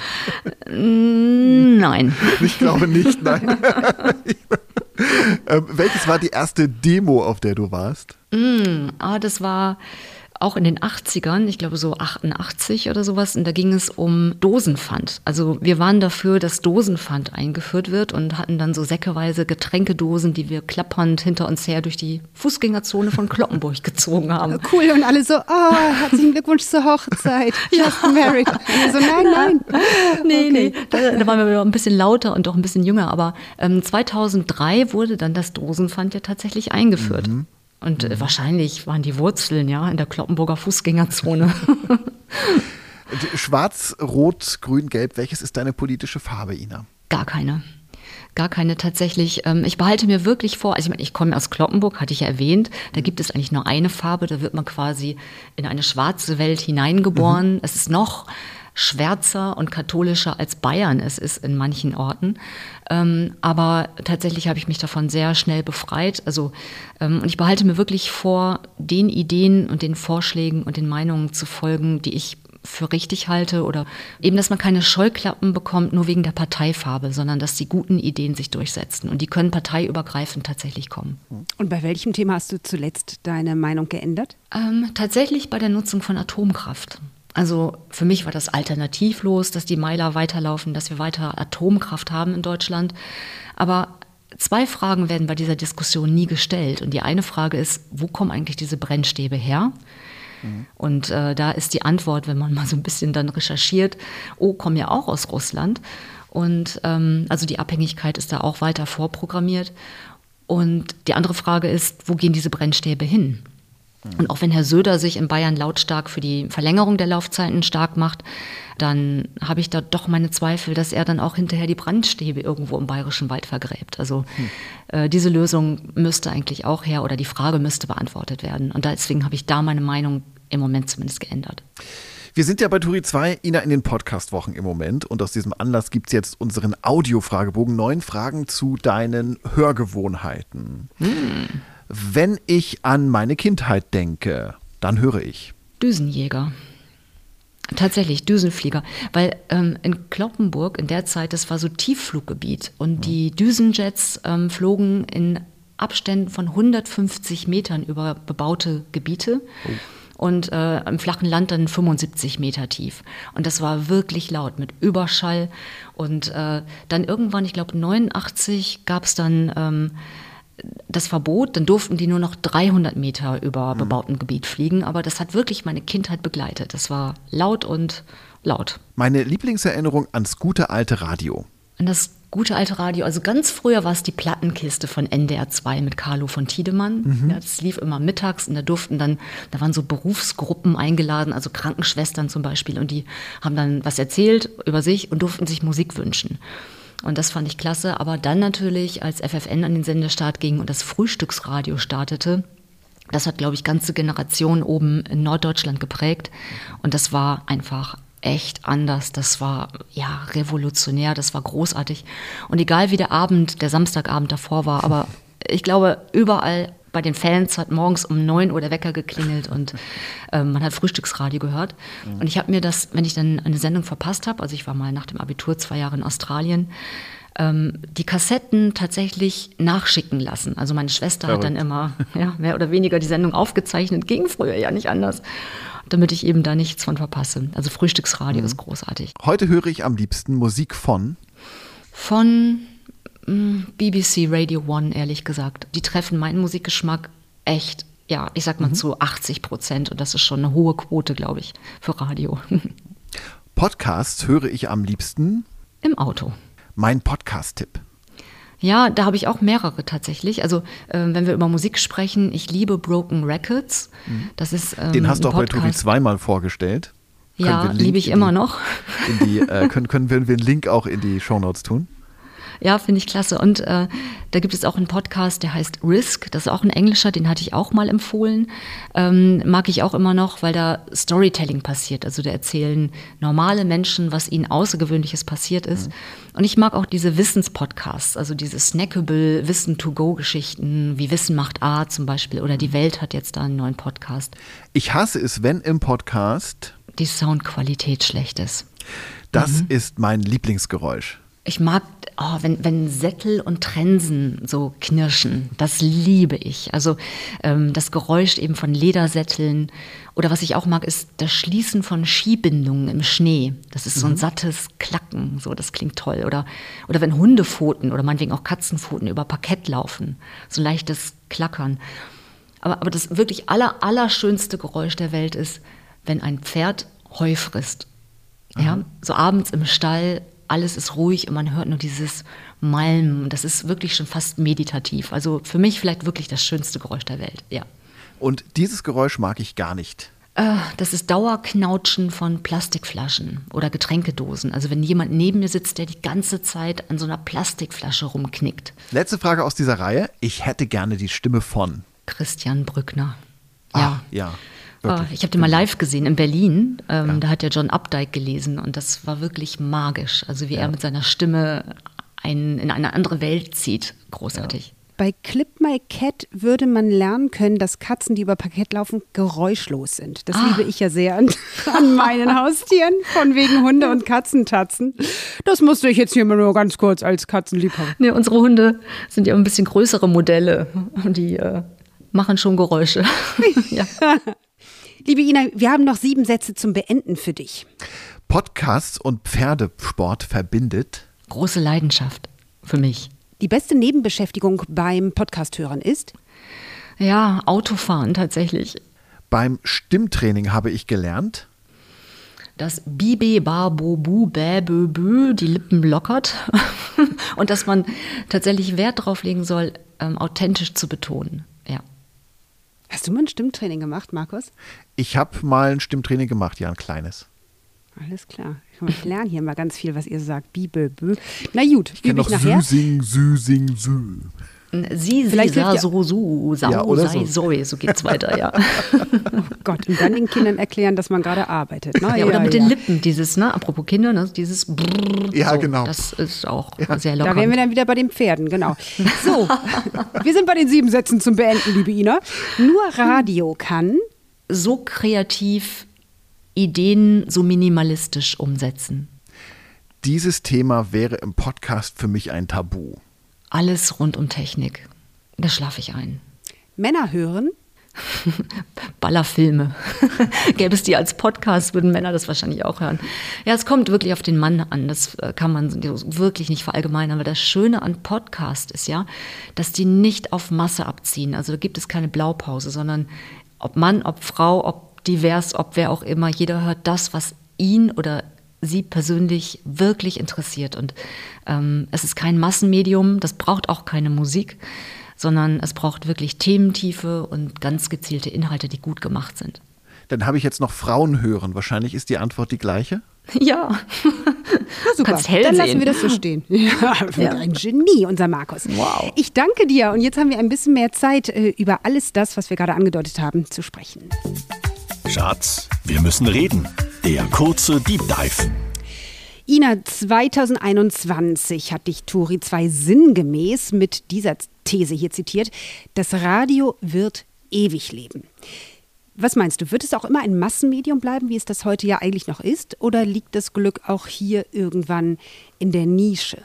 Nein. Ich glaube nicht, nein. ähm, welches war die erste Demo, auf der du warst? Mm, ah, das war auch in den achtzigern, ich glaube so achtundachtzig oder sowas, und da ging es um Dosenpfand. Also wir waren dafür, dass Dosenpfand eingeführt wird und hatten dann so säckeweise Getränkedosen, die wir klappernd hinter uns her durch die Fußgängerzone von Kloppenburg gezogen haben. Cool, und alle so, oh, herzlichen Glückwunsch zur Hochzeit, just married. Also nein, nein. Nee, okay. nee, da, da waren wir noch ein bisschen lauter und auch ein bisschen jünger, aber ähm, zweitausenddrei wurde dann das Dosenpfand ja tatsächlich eingeführt. Mhm. Und äh, wahrscheinlich waren die Wurzeln ja in der Kloppenburger Fußgängerzone. Schwarz, Rot, Grün, Gelb, welches ist deine politische Farbe, Ina? Gar keine. gar keine tatsächlich. Ähm, ich behalte mir wirklich vor, also ich meine, ich komme aus Cloppenburg, hatte ich ja erwähnt, da gibt es eigentlich nur eine Farbe, da wird man quasi in eine schwarze Welt hineingeboren. Mhm. Es ist noch schwärzer und katholischer als Bayern es ist in manchen Orten. Ähm, aber tatsächlich habe ich mich davon sehr schnell befreit. Also, ähm, und ich behalte mir wirklich vor, den Ideen und den Vorschlägen und den Meinungen zu folgen, die ich für richtig halte, oder eben, dass man keine Scheuklappen bekommt, nur wegen der Parteifarbe, sondern dass die guten Ideen sich durchsetzen. Und die können parteiübergreifend tatsächlich kommen. Und bei welchem Thema hast du zuletzt deine Meinung geändert? Ähm, tatsächlich bei der Nutzung von Atomkraft. Also für mich war das alternativlos, dass die Meiler weiterlaufen, dass wir weiter Atomkraft haben in Deutschland. Aber zwei Fragen werden bei dieser Diskussion nie gestellt. Und die eine Frage ist, wo kommen eigentlich diese Brennstäbe her? Mhm. Und äh, da ist die Antwort, wenn man mal so ein bisschen dann recherchiert, oh, kommen ja auch aus Russland. Und ähm, also die Abhängigkeit ist da auch weiter vorprogrammiert. Und die andere Frage ist, wo gehen diese Brennstäbe hin? Und auch wenn Herr Söder sich in Bayern lautstark für die Verlängerung der Laufzeiten stark macht, dann habe ich da doch meine Zweifel, dass er dann auch hinterher die Brandstäbe irgendwo im Bayerischen Wald vergräbt. Also hm. äh, diese Lösung müsste eigentlich auch her, oder die Frage müsste beantwortet werden. Und deswegen habe ich da meine Meinung im Moment zumindest geändert. Wir sind ja bei Turi zwei, Ina, in den Podcast-Wochen im Moment. Und aus diesem Anlass gibt es jetzt unseren Audio-Fragebogen. Neun Fragen zu deinen Hörgewohnheiten. Hm. Wenn ich an meine Kindheit denke, dann höre ich Düsenjäger. Tatsächlich, Düsenflieger. Weil ähm, in Cloppenburg in der Zeit, das war so Tieffluggebiet. Und die Düsenjets ähm, flogen in Abständen von hundertfünfzig Metern über bebaute Gebiete. Oh. Und äh, im flachen Land dann fünfundsiebzig Meter tief. Und das war wirklich laut mit Überschall. Und äh, dann irgendwann, ich glaube neunundachtzig, gab es dann ähm, das Verbot, dann durften die nur noch dreihundert Meter über mhm. bebautem Gebiet fliegen, aber das hat wirklich meine Kindheit begleitet. Das war laut und laut. Meine Lieblingserinnerung ans gute alte Radio. An das gute alte Radio, also ganz früher war es die Plattenkiste von N D R zwei mit Carlo von Tiedemann. Mhm. Ja, das lief immer mittags und da durften dann, da waren so Berufsgruppen eingeladen, also Krankenschwestern zum Beispiel, und die haben dann was erzählt über sich und durften sich Musik wünschen. Und das fand ich klasse. Aber dann natürlich, als F F N an den Sendestart ging und das Frühstücksradio startete, das hat, glaube ich, ganze Generationen oben in Norddeutschland geprägt. Und das war einfach echt anders. Das war ja revolutionär, das war großartig. Und egal wie der Abend, der Samstagabend davor war, aber ich glaube, überall bei den Fans hat morgens um neun Uhr der Wecker geklingelt und äh, man hat Frühstücksradio gehört. Mhm. Und ich habe mir das, wenn ich dann eine Sendung verpasst habe, also ich war mal nach dem Abitur zwei Jahre in Australien, ähm, die Kassetten tatsächlich nachschicken lassen. Also meine Schwester Verrückt. hat dann immer ja, mehr oder weniger die Sendung aufgezeichnet, ging früher ja nicht anders, damit ich eben da nichts von verpasse. Also Frühstücksradio mhm. ist großartig. Heute höre ich am liebsten Musik von? Von B B C Radio One, ehrlich gesagt. Die treffen meinen Musikgeschmack echt, ja, ich sag mal mhm. zu achtzig Prozent. Und das ist schon eine hohe Quote, glaube ich, für Radio. Podcasts höre ich am liebsten? Im Auto. Mein Podcast-Tipp? Ja, da habe ich auch mehrere tatsächlich. Also äh, wenn wir über Musik sprechen, ich liebe Broken Records. Das ist, ähm, Den hast du auch bei Turi zwei mal vorgestellt. Ja, liebe ich immer die, noch. In die, äh, können, können wir den Link auch in die Shownotes tun? Ja, finde ich klasse. Und äh, da gibt es auch einen Podcast, der heißt Risk. Das ist auch ein englischer, den hatte ich auch mal empfohlen. Ähm, mag ich auch immer noch, weil da Storytelling passiert. Also da erzählen normale Menschen, was ihnen Außergewöhnliches passiert ist. Mhm. Und ich mag auch diese Wissenspodcasts, also diese snackable Wissen-to-go-Geschichten, wie Wissen macht A zum Beispiel. Oder die Welt hat jetzt da einen neuen Podcast. Ich hasse es, wenn im Podcast die Soundqualität schlecht ist. Das mhm. ist mein Lieblingsgeräusch. Ich mag, oh, wenn, wenn Sättel und Trensen so knirschen, das liebe ich. Also ähm, das Geräusch eben von Ledersätteln. Oder was ich auch mag, ist das Schließen von Skibindungen im Schnee. Das ist so ein mhm. sattes Klacken, so, das klingt toll. Oder, oder wenn Hundepfoten oder meinetwegen auch Katzenpfoten über Parkett laufen, so ein leichtes Klackern. Aber, aber das wirklich aller, allerschönste Geräusch der Welt ist, wenn ein Pferd Heu frisst. Mhm. Ja, so abends im Stall, alles ist ruhig und man hört nur dieses Malmen. Das ist wirklich schon fast meditativ. Also für mich vielleicht wirklich das schönste Geräusch der Welt, ja. Und dieses Geräusch mag ich gar nicht. Das ist Dauerknautschen von Plastikflaschen oder Getränkedosen. Also wenn jemand neben mir sitzt, der die ganze Zeit an so einer Plastikflasche rumknickt. Letzte Frage aus dieser Reihe. Ich hätte gerne die Stimme von Christian Brückner. Ah, ja. ja ich habe den mal live gesehen in Berlin. Ähm, ja. Da hat ja John Updike gelesen und das war wirklich magisch. Also wie ja. er mit seiner Stimme einen in eine andere Welt zieht. Großartig. Ja. Bei Clip My Cat würde man lernen können, dass Katzen, die über Parkett laufen, geräuschlos sind. Das ah. liebe ich ja sehr an, an meinen Haustieren, von wegen Hunde- und Katzentatzen. Das musste ich jetzt hier mal nur ganz kurz als Katzenliebhaber. Nee, unsere Hunde sind ja ein bisschen größere Modelle. Die äh, machen schon Geräusche. ja. Liebe Ina, wir haben noch sieben Sätze zum Beenden für dich. Podcasts und Pferdesport verbindet? Große Leidenschaft für mich. Die beste Nebenbeschäftigung beim Podcast-Hören ist? Ja, Autofahren tatsächlich. Beim Stimmtraining habe ich gelernt, dass Bibe, Babo, Bu, Bä, Bö, Bö die Lippen lockert und dass man tatsächlich Wert darauf legen soll, ähm, authentisch zu betonen. Ja. Hast du mal ein Stimmtraining gemacht, Markus? Ich habe mal ein Stimmtraining gemacht, ja, ein kleines. Alles klar. Ich lerne hier mal ganz viel, was ihr sagt. Bibel, bö. Na gut, ich kenne noch nachher. Süsing, Süsing, Sü. Sie, sie, sa, ja. so, so, sau, ja, oder sei, so. so, so geht's weiter, ja. Oh Gott, und dann den Kindern erklären, dass man gerade arbeitet. Ne? Ja, ja, oder mit ja. den Lippen, dieses, ne, apropos Kinder, ne, dieses Brrr, ja, so, genau. Das ist auch ja. sehr locker. Da wären wir dann wieder bei den Pferden, genau. So, wir sind bei den sieben Sätzen zum Beenden, liebe Ina. Nur Radio kann so kreativ Ideen so minimalistisch umsetzen. Dieses Thema wäre im Podcast für mich ein Tabu. Alles rund um Technik. Da schlafe ich ein. Männer hören? Ballerfilme. Gäbe es die als Podcast, würden Männer das wahrscheinlich auch hören. Ja, es kommt wirklich auf den Mann an. Das kann man wirklich nicht verallgemeinern. Aber das Schöne an Podcast ist ja, dass die nicht auf Masse abziehen. Also da gibt es keine Blaupause, sondern ob Mann, ob Frau, ob divers, ob wer auch immer, jeder hört das, was ihn oder sie persönlich wirklich interessiert. Und ähm, es ist kein Massenmedium, das braucht auch keine Musik, sondern es braucht wirklich Thementiefe und ganz gezielte Inhalte, die gut gemacht sind. Dann habe ich jetzt noch Frauen hören. Wahrscheinlich ist die Antwort die gleiche? Ja. Na super, kannst hell dann sehen. lassen wir das so stehen. Ja, ja. Ein Genie, unser Markus. Wow. Ich danke dir und jetzt haben wir ein bisschen mehr Zeit, über alles das, was wir gerade angedeutet haben, zu sprechen. Schatz, wir müssen reden. Der kurze Deep Dive. Ina, zwanzig einundzwanzig hat dich Turi zwei sinngemäß mit dieser These hier zitiert: Das Radio wird ewig leben. Was meinst du, wird es auch immer ein Massenmedium bleiben, wie es das heute ja eigentlich noch ist? Oder liegt das Glück auch hier irgendwann in der Nische?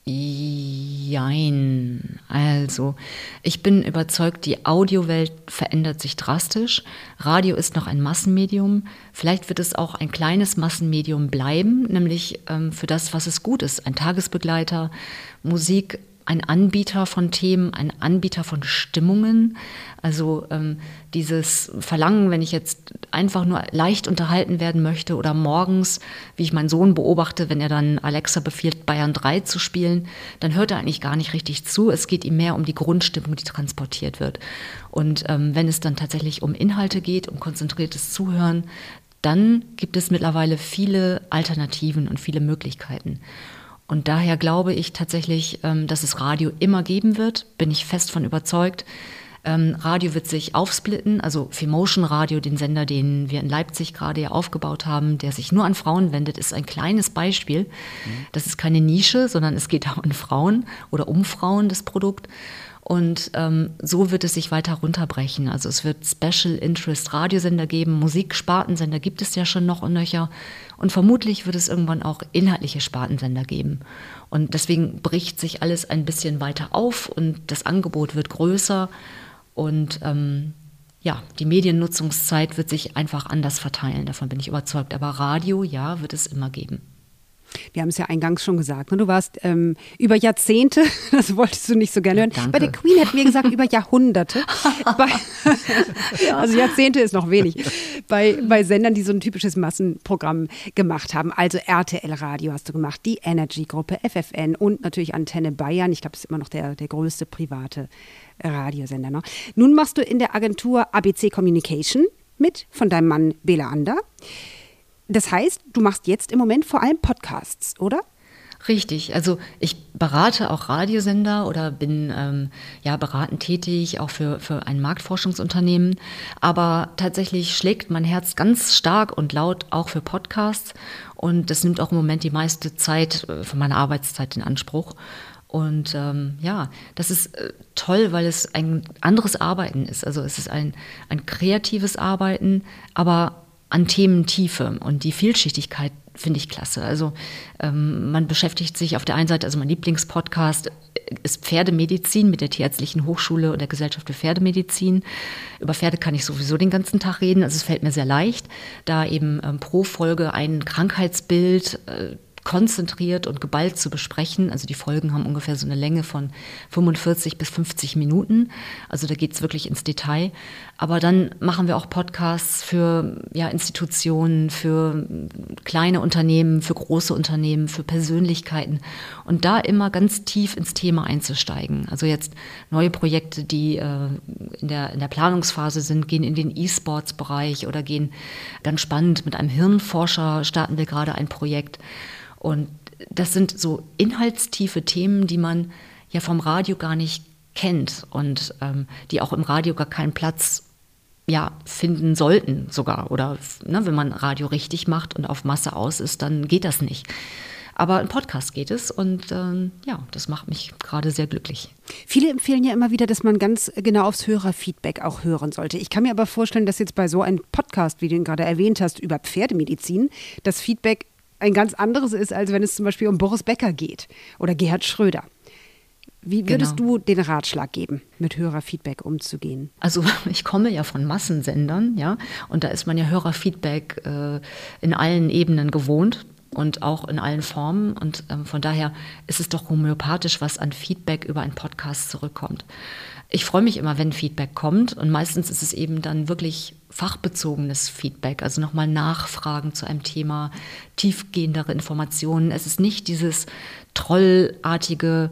Jein. Also, ich bin überzeugt, die Audiowelt verändert sich drastisch. Radio ist noch ein Massenmedium. Vielleicht wird es auch ein kleines Massenmedium bleiben, nämlich ähm, für das, was es gut ist. Ein Tagesbegleiter, Musik, ein Anbieter von Themen, ein Anbieter von Stimmungen. Also ähm, dieses Verlangen, wenn ich jetzt einfach nur leicht unterhalten werden möchte oder morgens, wie ich meinen Sohn beobachte, wenn er dann Alexa befiehlt, Bayern drei zu spielen, dann hört er eigentlich gar nicht richtig zu. Es geht ihm mehr um die Grundstimmung, die transportiert wird. Und ähm, wenn es dann tatsächlich um Inhalte geht, um konzentriertes Zuhören, dann gibt es mittlerweile viele Alternativen und viele Möglichkeiten. Und daher glaube ich tatsächlich, dass es Radio immer geben wird, bin ich fest von überzeugt. Radio wird sich aufsplitten, also Femotion Radio, den Sender, den wir in Leipzig gerade ja aufgebaut haben, der sich nur an Frauen wendet, ist ein kleines Beispiel. Das ist keine Nische, sondern es geht auch an Frauen oder um Frauen, das Produkt. Und ähm, so wird es sich weiter runterbrechen. Also es wird Special Interest Radiosender geben, Musikspartensender gibt es ja schon noch und nöcher. Und vermutlich wird es irgendwann auch inhaltliche Spartensender geben. Und deswegen bricht sich alles ein bisschen weiter auf und das Angebot wird größer. Und ähm, ja, die Mediennutzungszeit wird sich einfach anders verteilen, davon bin ich überzeugt. Aber Radio, ja, wird es immer geben. Wir haben es ja eingangs schon gesagt, ne? Du warst ähm, über Jahrzehnte, das wolltest du nicht so gerne hören. Danke. Bei der Queen hätten wir gesagt, über Jahrhunderte. bei, ja. Also Jahrzehnte ist noch wenig. Bei, bei Sendern, die so ein typisches Massenprogramm gemacht haben. Also R T L Radio hast du gemacht, die Energy-Gruppe, F F N und natürlich Antenne Bayern. Ich glaube, das ist immer noch der, der größte private Radiosender. Ne? Nun machst du in der Agentur A B C Communication mit von deinem Mann Bela Ander. Das heißt, du machst jetzt im Moment vor allem Podcasts, oder? Richtig, also ich berate auch Radiosender oder bin ähm, ja beratend tätig, auch für, für ein Marktforschungsunternehmen. Aber tatsächlich schlägt mein Herz ganz stark und laut auch für Podcasts. Und das nimmt auch im Moment die meiste Zeit äh, von meiner Arbeitszeit in Anspruch. Und ähm, ja, das ist äh, toll, weil es ein anderes Arbeiten ist. Also es ist ein, ein kreatives Arbeiten, aber an Thementiefe und die Vielschichtigkeit finde ich klasse. Also ähm, man beschäftigt sich auf der einen Seite, also mein Lieblingspodcast ist Pferdemedizin mit der Tierärztlichen Hochschule und der Gesellschaft für Pferdemedizin. Über Pferde kann ich sowieso den ganzen Tag reden, also es fällt mir sehr leicht, da eben ähm, pro Folge ein Krankheitsbild äh, konzentriert und geballt zu besprechen. Also die Folgen haben ungefähr so eine Länge von fünfundvierzig bis fünfzig Minuten. Also da geht es wirklich ins Detail. Aber dann machen wir auch Podcasts für ja, Institutionen, für kleine Unternehmen, für große Unternehmen, für Persönlichkeiten. Und da immer ganz tief ins Thema einzusteigen. Also jetzt neue Projekte, die äh, in der, in der Planungsphase sind, gehen in den E-Sports-Bereich oder gehen ganz spannend mit einem Hirnforscher, starten wir gerade ein Projekt. Und das sind so inhaltstiefe Themen, die man ja vom Radio gar nicht kennt und ähm, die auch im Radio gar keinen Platz ja, finden sollten sogar. Oder ne, wenn man Radio richtig macht und auf Masse aus ist, dann geht das nicht. Aber im Podcast geht es und ähm, ja, das macht mich gerade sehr glücklich. Viele empfehlen ja immer wieder, dass man ganz genau aufs Hörerfeedback auch hören sollte. Ich kann mir aber vorstellen, dass jetzt bei so einem Podcast, wie du ihn gerade erwähnt hast, über Pferdemedizin, das Feedback ein ganz anderes ist, als wenn es zum Beispiel um Boris Becker geht oder Gerhard Schröder. Wie würdest genau. du den Ratschlag geben, mit Hörerfeedback umzugehen? Also ich komme ja von Massensendern, ja, und da ist man ja Hörerfeedback äh, in allen Ebenen gewohnt und auch in allen Formen. Und ähm, von daher ist es doch homöopathisch, was an Feedback über einen Podcast zurückkommt. Ich freue mich immer, wenn Feedback kommt und meistens ist es eben dann wirklich fachbezogenes Feedback, also nochmal Nachfragen zu einem Thema, tiefgehendere Informationen. Es ist nicht dieses trollartige,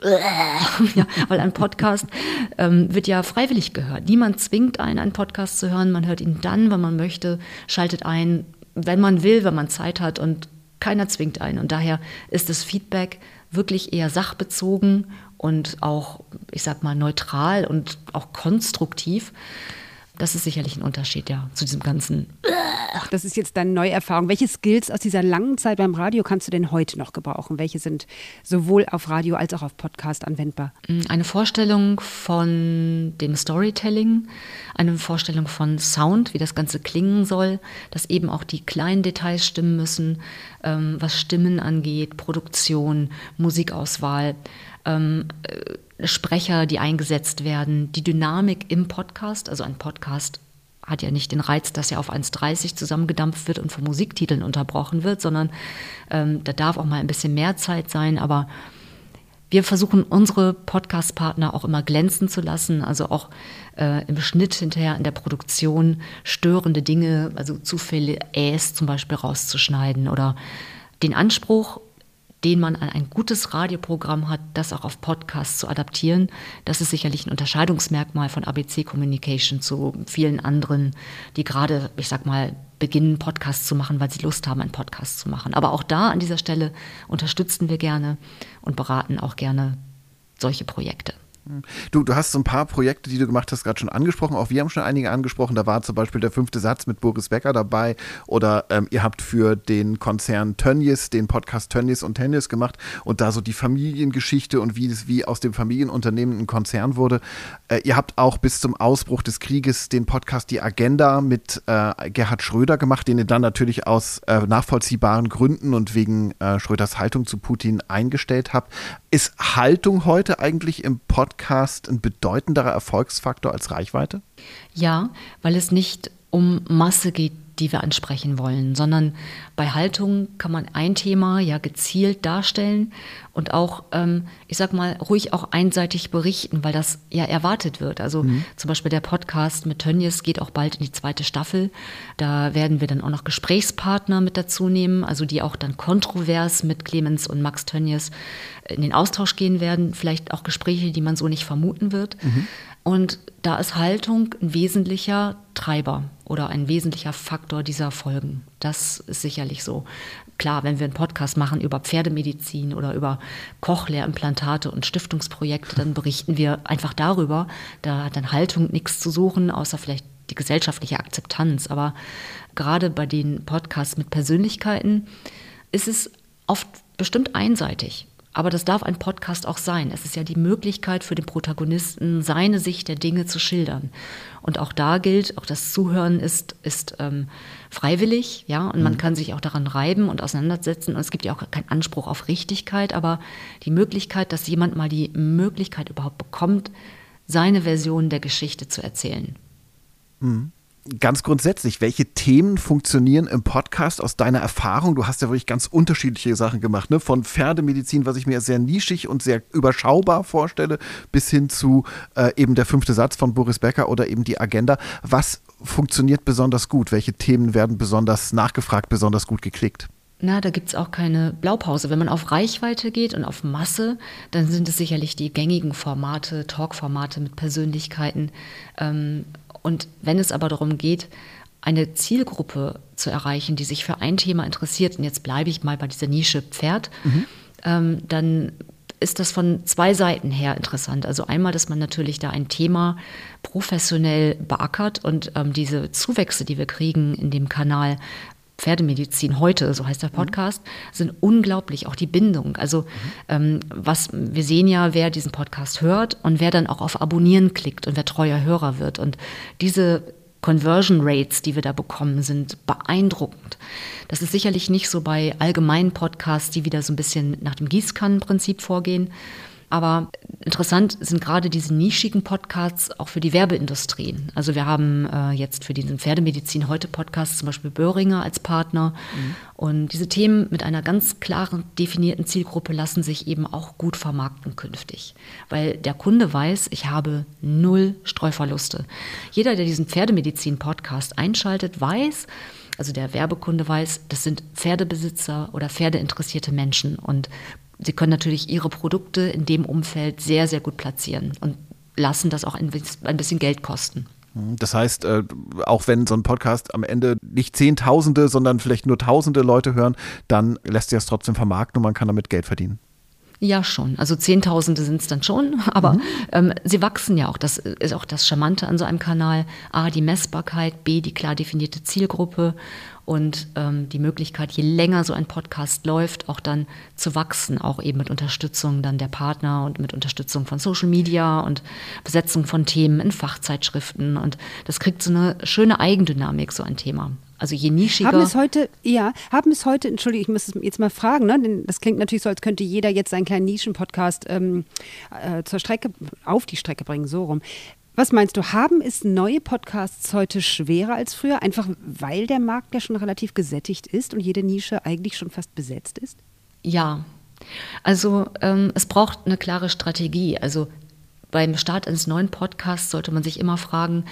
ja, weil ein Podcast ähm, wird ja freiwillig gehört. Niemand zwingt einen, einen Podcast zu hören. Man hört ihn dann, wenn man möchte, schaltet ein, wenn man will, wenn man Zeit hat und keiner zwingt einen. Und daher ist das Feedback wirklich eher sachbezogen und auch, ich sag mal, neutral und auch konstruktiv. Das ist sicherlich ein Unterschied, ja, zu diesem ganzen. Das ist jetzt deine Neuerfahrung. Welche Skills aus dieser langen Zeit beim Radio kannst du denn heute noch gebrauchen? Welche sind sowohl auf Radio als auch auf Podcast anwendbar? Eine Vorstellung von dem Storytelling, eine Vorstellung von Sound, wie das Ganze klingen soll, dass eben auch die kleinen Details stimmen müssen, ähm, was Stimmen angeht, Produktion, Musikauswahl, ähm, äh, Sprecher, die eingesetzt werden, die Dynamik im Podcast, also ein Podcast hat ja nicht den Reiz, dass er auf eins dreißig zusammengedampft wird und von Musiktiteln unterbrochen wird, sondern ähm, da darf auch mal ein bisschen mehr Zeit sein, aber wir versuchen unsere Podcast-Partner auch immer glänzen zu lassen, also auch äh, im Schnitt hinterher in der Produktion störende Dinge, also zu viele Äs zum Beispiel rauszuschneiden oder den Anspruch, den man an ein gutes Radioprogramm hat, das auch auf Podcasts zu adaptieren. Das ist sicherlich ein Unterscheidungsmerkmal von A B C Communication zu vielen anderen, die gerade, ich sag mal, beginnen, Podcasts zu machen, weil sie Lust haben, einen Podcast zu machen. Aber auch da an dieser Stelle unterstützen wir gerne und beraten auch gerne solche Projekte. Du, du hast so ein paar Projekte, die du gemacht hast, gerade schon angesprochen. Auch wir haben schon einige angesprochen. Da war zum Beispiel der fünfte Satz mit Boris Becker dabei. Oder ähm, ihr habt für den Konzern Tönnies, den Podcast Tönnies und Tönnies gemacht und da so die Familiengeschichte und wie es wie aus dem Familienunternehmen ein Konzern wurde. Äh, ihr habt auch bis zum Ausbruch des Krieges den Podcast Die Agenda mit äh, Gerhard Schröder gemacht, den ihr dann natürlich aus äh, nachvollziehbaren Gründen und wegen äh, Schröders Haltung zu Putin eingestellt habt. Ist Haltung heute eigentlich im Podcast ein bedeutenderer Erfolgsfaktor als Reichweite? Ja, weil es nicht um Masse geht, die wir ansprechen wollen, sondern bei Haltung kann man ein Thema ja gezielt darstellen und auch, ähm, ich sag mal, ruhig auch einseitig berichten, weil das ja erwartet wird. Also mhm. zum Beispiel der Podcast mit Tönnies geht auch bald in die zweite Staffel. Da werden wir dann auch noch Gesprächspartner mit dazu nehmen, also die auch dann kontrovers mit Clemens und Max Tönnies in den Austausch gehen werden. Vielleicht auch Gespräche, die man so nicht vermuten wird. Mhm. Und da ist Haltung ein wesentlicher Treiber oder ein wesentlicher Faktor dieser Folgen. Das ist sicherlich so. Klar, wenn wir einen Podcast machen über Pferdemedizin oder über Cochlea-Implantate und Stiftungsprojekte, dann berichten wir einfach darüber. Da hat dann Haltung nichts zu suchen, außer vielleicht die gesellschaftliche Akzeptanz. Aber gerade bei den Podcasts mit Persönlichkeiten ist es oft bestimmt einseitig. Aber das darf ein Podcast auch sein. Es ist ja die Möglichkeit für den Protagonisten, seine Sicht der Dinge zu schildern. Und auch da gilt, auch das Zuhören ist, ist ähm, freiwillig, ja, und man mhm. kann sich auch daran reiben und auseinandersetzen. Und es gibt ja auch keinen Anspruch auf Richtigkeit, aber die Möglichkeit, dass jemand mal die Möglichkeit überhaupt bekommt, seine Version der Geschichte zu erzählen. Mhm. Ganz grundsätzlich, welche Themen funktionieren im Podcast aus deiner Erfahrung? Du hast ja wirklich ganz unterschiedliche Sachen gemacht, ne? Von Pferdemedizin, was ich mir sehr nischig und sehr überschaubar vorstelle, bis hin zu äh, eben der fünfte Satz von Boris Becker oder eben die Agenda. Was funktioniert besonders gut? Welche Themen werden besonders nachgefragt, besonders gut geklickt? Na, da gibt es auch keine Blaupause. Wenn man auf Reichweite geht und auf Masse, dann sind es sicherlich die gängigen Formate, Talkformate mit Persönlichkeiten. Ähm, Und wenn es aber darum geht, eine Zielgruppe zu erreichen, die sich für ein Thema interessiert, und jetzt bleibe ich mal bei dieser Nische Pferd, mhm. ähm, dann ist das von zwei Seiten her interessant. Also einmal, dass man natürlich da ein Thema professionell beackert und ähm, diese Zuwächse, die wir kriegen in dem Kanal Pferdemedizin heute, so heißt der Podcast, mhm. sind unglaublich, auch die Bindung. Also mhm. ähm, was wir sehen ja, wer diesen Podcast hört und wer dann auch auf Abonnieren klickt und wer treuer Hörer wird. Und diese Conversion Rates, die wir da bekommen, sind beeindruckend. Das ist sicherlich nicht so bei allgemeinen Podcasts, die wieder so ein bisschen nach dem Gießkannenprinzip vorgehen. Aber interessant sind gerade diese nischigen Podcasts auch für die Werbeindustrie. Also wir haben äh, jetzt für diesen Pferdemedizin heute Podcast zum Beispiel Boehringer als Partner. Mhm. Und diese Themen mit einer ganz klaren, definierten Zielgruppe lassen sich eben auch gut vermarkten künftig. Weil der Kunde weiß, ich habe null Streuverluste. Jeder, der diesen Pferdemedizin-Podcast einschaltet, weiß, also der Werbekunde weiß, das sind Pferdebesitzer oder pferdeinteressierte Menschen und sie können natürlich ihre Produkte in dem Umfeld sehr, sehr gut platzieren und lassen das auch ein bisschen Geld kosten. Das heißt, auch wenn so ein Podcast am Ende nicht Zehntausende, sondern vielleicht nur Tausende Leute hören, dann lässt sich das trotzdem vermarkten und man kann damit Geld verdienen. Ja, schon. Also Zehntausende sind es dann schon, aber mhm. ähm, sie wachsen ja auch. Das ist auch das Charmante an so einem Kanal. A, die Messbarkeit, B, die klar definierte Zielgruppe und ähm, die Möglichkeit, je länger so ein Podcast läuft, auch dann zu wachsen, auch eben mit Unterstützung dann der Partner und mit Unterstützung von Social Media und Besetzung von Themen in Fachzeitschriften. Und das kriegt so eine schöne Eigendynamik, so ein Thema. Also je nischiger. Haben es heute, ja, haben es heute, entschuldige, ich muss es jetzt mal fragen, ne? Denn das klingt natürlich so, als könnte jeder jetzt einen kleinen Nischen-Podcast ähm, äh, zur Strecke, auf die Strecke bringen, so rum. Was meinst du, haben es neue Podcasts heute schwerer als früher, einfach weil der Markt ja schon relativ gesättigt ist und jede Nische eigentlich schon fast besetzt ist? Ja, also ähm, es braucht eine klare Strategie. Also beim Start eines neuen Podcasts sollte man sich immer fragen,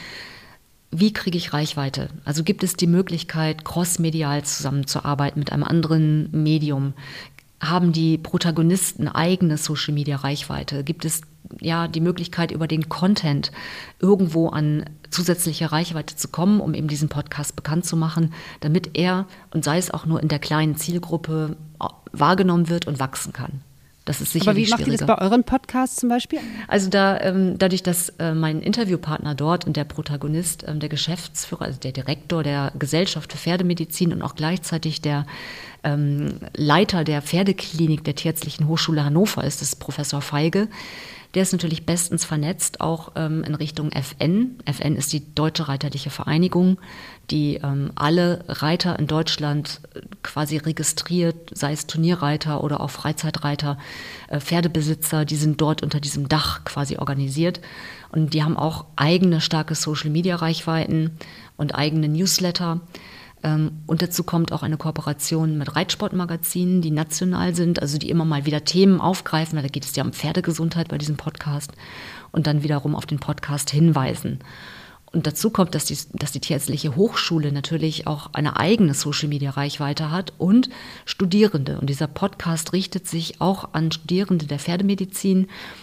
wie kriege ich Reichweite? Also gibt es die Möglichkeit, crossmedial zusammenzuarbeiten mit einem anderen Medium? Haben die Protagonisten eigene Social-Media-Reichweite? Gibt es ja die Möglichkeit, über den Content irgendwo an zusätzliche Reichweite zu kommen, um eben diesen Podcast bekannt zu machen, damit er, und sei es auch nur in der kleinen Zielgruppe, wahrgenommen wird und wachsen kann? Das ist sicherlich Aber wie macht ihr das bei euren Podcasts zum Beispiel? Also da, ähm, dadurch, dass äh, mein Interviewpartner dort und der Protagonist, ähm, der Geschäftsführer, also der Direktor der Gesellschaft für Pferdemedizin und auch gleichzeitig der ähm, Leiter der Pferdeklinik der Tierärztlichen Hochschule Hannover ist, das ist Professor Feige. Der ist natürlich bestens vernetzt, auch ähm, in Richtung F N. F N ist die Deutsche Reiterliche Vereinigung, die ähm, alle Reiter in Deutschland quasi registriert, sei es Turnierreiter oder auch Freizeitreiter, äh, Pferdebesitzer, die sind dort unter diesem Dach quasi organisiert. Und die haben auch eigene starke Social-Media-Reichweiten und eigene Newsletter. Ähm, und dazu kommt auch eine Kooperation mit Reitsportmagazinen, die national sind, also die immer mal wieder Themen aufgreifen, weil da geht es ja um Pferdegesundheit bei diesem Podcast und dann wiederum auf den Podcast hinweisen. Und dazu kommt, dass die, dass die Tierärztliche Hochschule natürlich auch eine eigene Social-Media-Reichweite hat und Studierende. Und dieser Podcast richtet sich auch an Studierende der Pferdemedizin.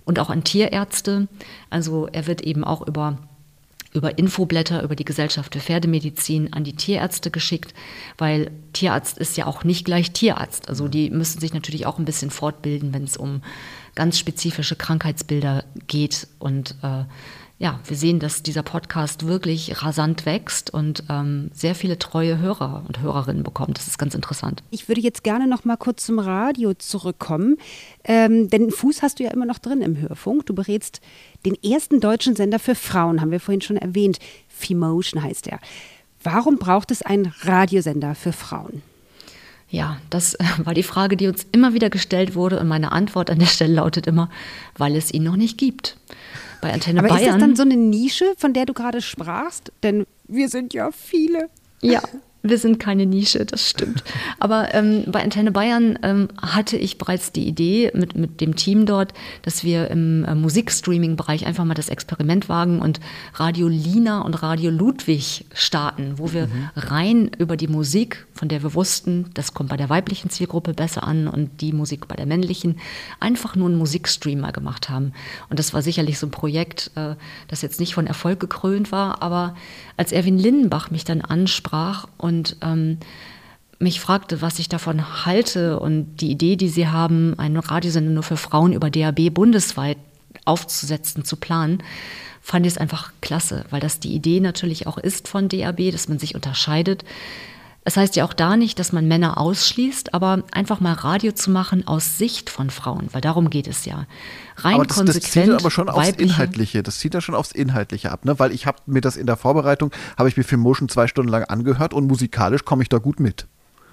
und auch an Tierärzte. Also er wird eben auch über über Infoblätter, über die Gesellschaft für Pferdemedizin an die Tierärzte geschickt, weil Tierarzt ist ja auch nicht gleich Tierarzt. Also die müssen sich natürlich auch ein bisschen fortbilden, wenn es um ganz spezifische Krankheitsbilder geht. Und äh, ja, wir sehen, dass dieser Podcast wirklich rasant wächst und ähm, sehr viele treue Hörer und Hörerinnen bekommt. Das ist ganz interessant. Ich würde jetzt gerne noch mal kurz zum Radio zurückkommen, ähm, denn einen Fuß hast du ja immer noch drin im Hörfunk. Du berätst den ersten deutschen Sender für Frauen, haben wir vorhin schon erwähnt. Femotion heißt er. Warum braucht es einen Radiosender für Frauen? Ja, das war die Frage, die uns immer wieder gestellt wurde. Und meine Antwort an der Stelle lautet immer, weil es ihn noch nicht gibt. Bei Antenne Aber Bayern. Ist das dann so eine Nische, von der du gerade sprachst? Denn wir sind ja viele. Ja, wir sind keine Nische, das stimmt. Aber ähm, bei Antenne Bayern ähm, hatte ich bereits die Idee mit, mit dem Team dort, dass wir im äh, Musikstreaming-Bereich einfach mal das Experiment wagen und Radio Lina und Radio Ludwig starten, wo wir mhm. rein über die Musik, von der wir wussten, das kommt bei der weiblichen Zielgruppe besser an und die Musik bei der männlichen, einfach nur einen Musikstream mal gemacht haben. Und das war sicherlich so ein Projekt, äh, das jetzt nicht von Erfolg gekrönt war, aber als Erwin Lindenbach mich dann ansprach und und ähm, mich fragte, was ich davon halte und die Idee, die sie haben, einen Radiosender nur für Frauen über D A B bundesweit aufzusetzen, zu planen, fand ich es einfach klasse, weil das die Idee natürlich auch ist von D A B, dass man sich unterscheidet. Es heißt ja auch da nicht, dass man Männer ausschließt, aber einfach mal Radio zu machen aus Sicht von Frauen, weil darum geht es ja. Rein aber das, konsequent, das zielt aber schon aufs weibliche. Inhaltliche, das zieht ja schon aufs Inhaltliche ab, ne? Weil ich habe mir das in der Vorbereitung, habe ich mir Femotion zwei Stunden lang angehört und musikalisch komme ich da gut mit.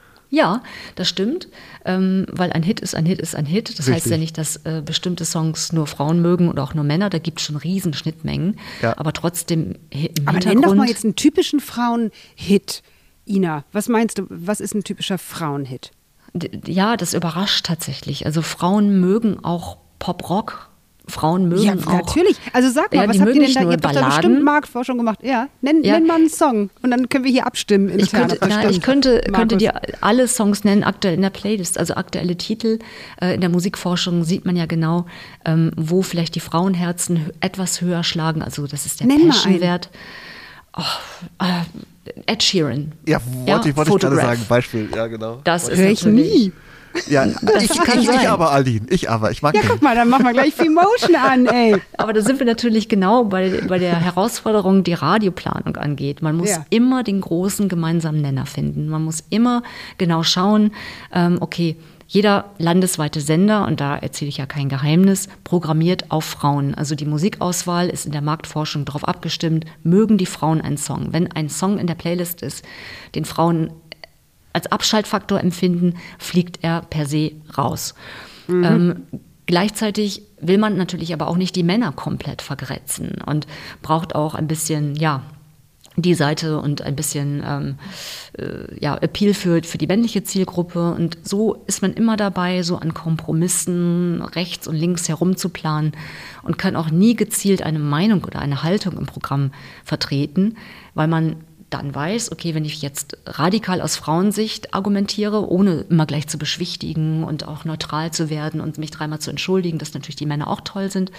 Ja, das stimmt, ähm, weil ein Hit ist ein Hit ist ein Hit. Das Richtig. heißt ja nicht, dass äh, bestimmte Songs nur Frauen mögen oder auch nur Männer. Da gibt es schon riesen Schnittmengen, Ja. aber trotzdem im Aber Hintergrund. nenn doch mal jetzt einen typischen Frauenhit. Ina, was meinst du, was ist ein typischer Frauenhit? D- Ja, das überrascht tatsächlich. Also Frauen mögen auch Pop-Rock. Frauen mögen Ja, auch. natürlich. Also sag mal, Ja, was die habt ihr mögen denn nicht da? Ihr nur habt doch da Balladen. bestimmt Marktforschung gemacht. Ja, nenn, Ja. nenn mal einen Song und dann können wir hier abstimmen intern. Ich könnte, ob das na, stimmt. ich könnte, könnte Markus. dir alle Songs nennen, aktuell in der Playlist, also aktuelle Titel. Äh, in der Musikforschung sieht man ja genau, ähm, wo vielleicht die Frauenherzen hö- etwas höher schlagen. Also das ist der Nenn mal Passion-Wert. Oh, äh, Ed Sheeran. Ja, wollte ich, wollte ich gerade Photograph. sagen, Beispiel, ja genau. Das ist Hör ich natürlich- nie. Ja, Das ich, kann ich, sein. ich aber, Aline, ich aber, ich mag Ja, den. guck mal, dann machen wir gleich Femotion an, ey. Aber da sind wir natürlich genau bei, bei der Herausforderung, die Radioplanung angeht. Man muss Ja. immer den großen gemeinsamen Nenner finden. Man muss immer genau schauen, ähm, okay, jeder landesweite Sender, und da erzähle ich ja kein Geheimnis, programmiert auf Frauen. Also die Musikauswahl ist in der Marktforschung darauf abgestimmt, mögen die Frauen einen Song. Wenn ein Song in der Playlist ist, den Frauen als Abschaltfaktor empfinden, fliegt er per se raus. Mhm. Ähm, gleichzeitig will man natürlich aber auch nicht die Männer komplett vergrätzen und braucht auch ein bisschen, ja, die Seite und ein bisschen ähm, äh, ja, Appeal für, für die männliche Zielgruppe. Und so ist man immer dabei, so an Kompromissen rechts und links herumzuplanen und kann auch nie gezielt eine Meinung oder eine Haltung im Programm vertreten, weil man dann weiß, okay, wenn ich jetzt radikal aus Frauensicht argumentiere, ohne immer gleich zu beschwichtigen und auch neutral zu werden und mich dreimal zu entschuldigen, dass natürlich die Männer auch toll sind,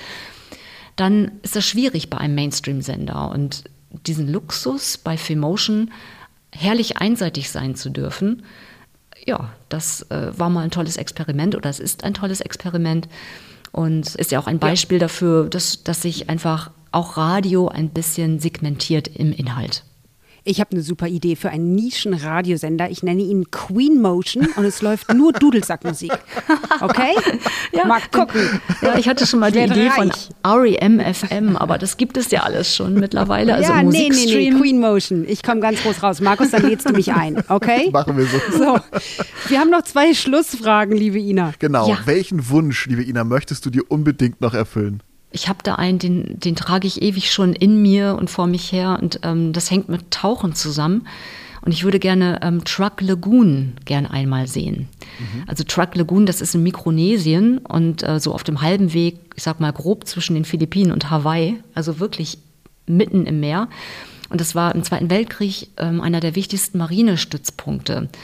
dann ist das schwierig bei einem Mainstream-Sender. Und diesen Luxus bei Femotion, herrlich einseitig sein zu dürfen, ja, das äh, war mal ein tolles Experiment oder es ist ein tolles Experiment und ist ja auch ein Beispiel ja. dafür, dass, dass sich einfach auch Radio ein bisschen segmentiert im Inhalt. Ich habe eine super Idee für einen Nischen-Radiosender. Ich nenne ihn Queen Motion und es läuft nur Dudelsackmusik. Okay? Ja, mal gucken. Ja, ich hatte schon mal die Ich werd Idee reich. von R E M F M, aber das gibt es ja alles schon mittlerweile. Also ja, nee, nee, Musikstream. nee, Queen Motion. Ich komme ganz groß raus. Markus, dann lädst du mich ein, okay? Machen wir so. So, wir haben noch zwei Schlussfragen, liebe Ina. Genau, Ja. welchen Wunsch, liebe Ina, möchtest du dir unbedingt noch erfüllen? Ich habe da einen, den, den trage ich ewig schon in mir und vor mich her und ähm, das hängt mit Tauchen zusammen. Und ich würde gerne ähm, Truck Lagoon gern einmal sehen. Mhm. Also Truck Lagoon, das ist in Mikronesien und äh, so auf dem halben Weg, ich sag mal grob zwischen den Philippinen und Hawaii, also wirklich mitten im Meer. Und das war im Zweiten Weltkrieg ähm, einer der wichtigsten Marinestützpunkte.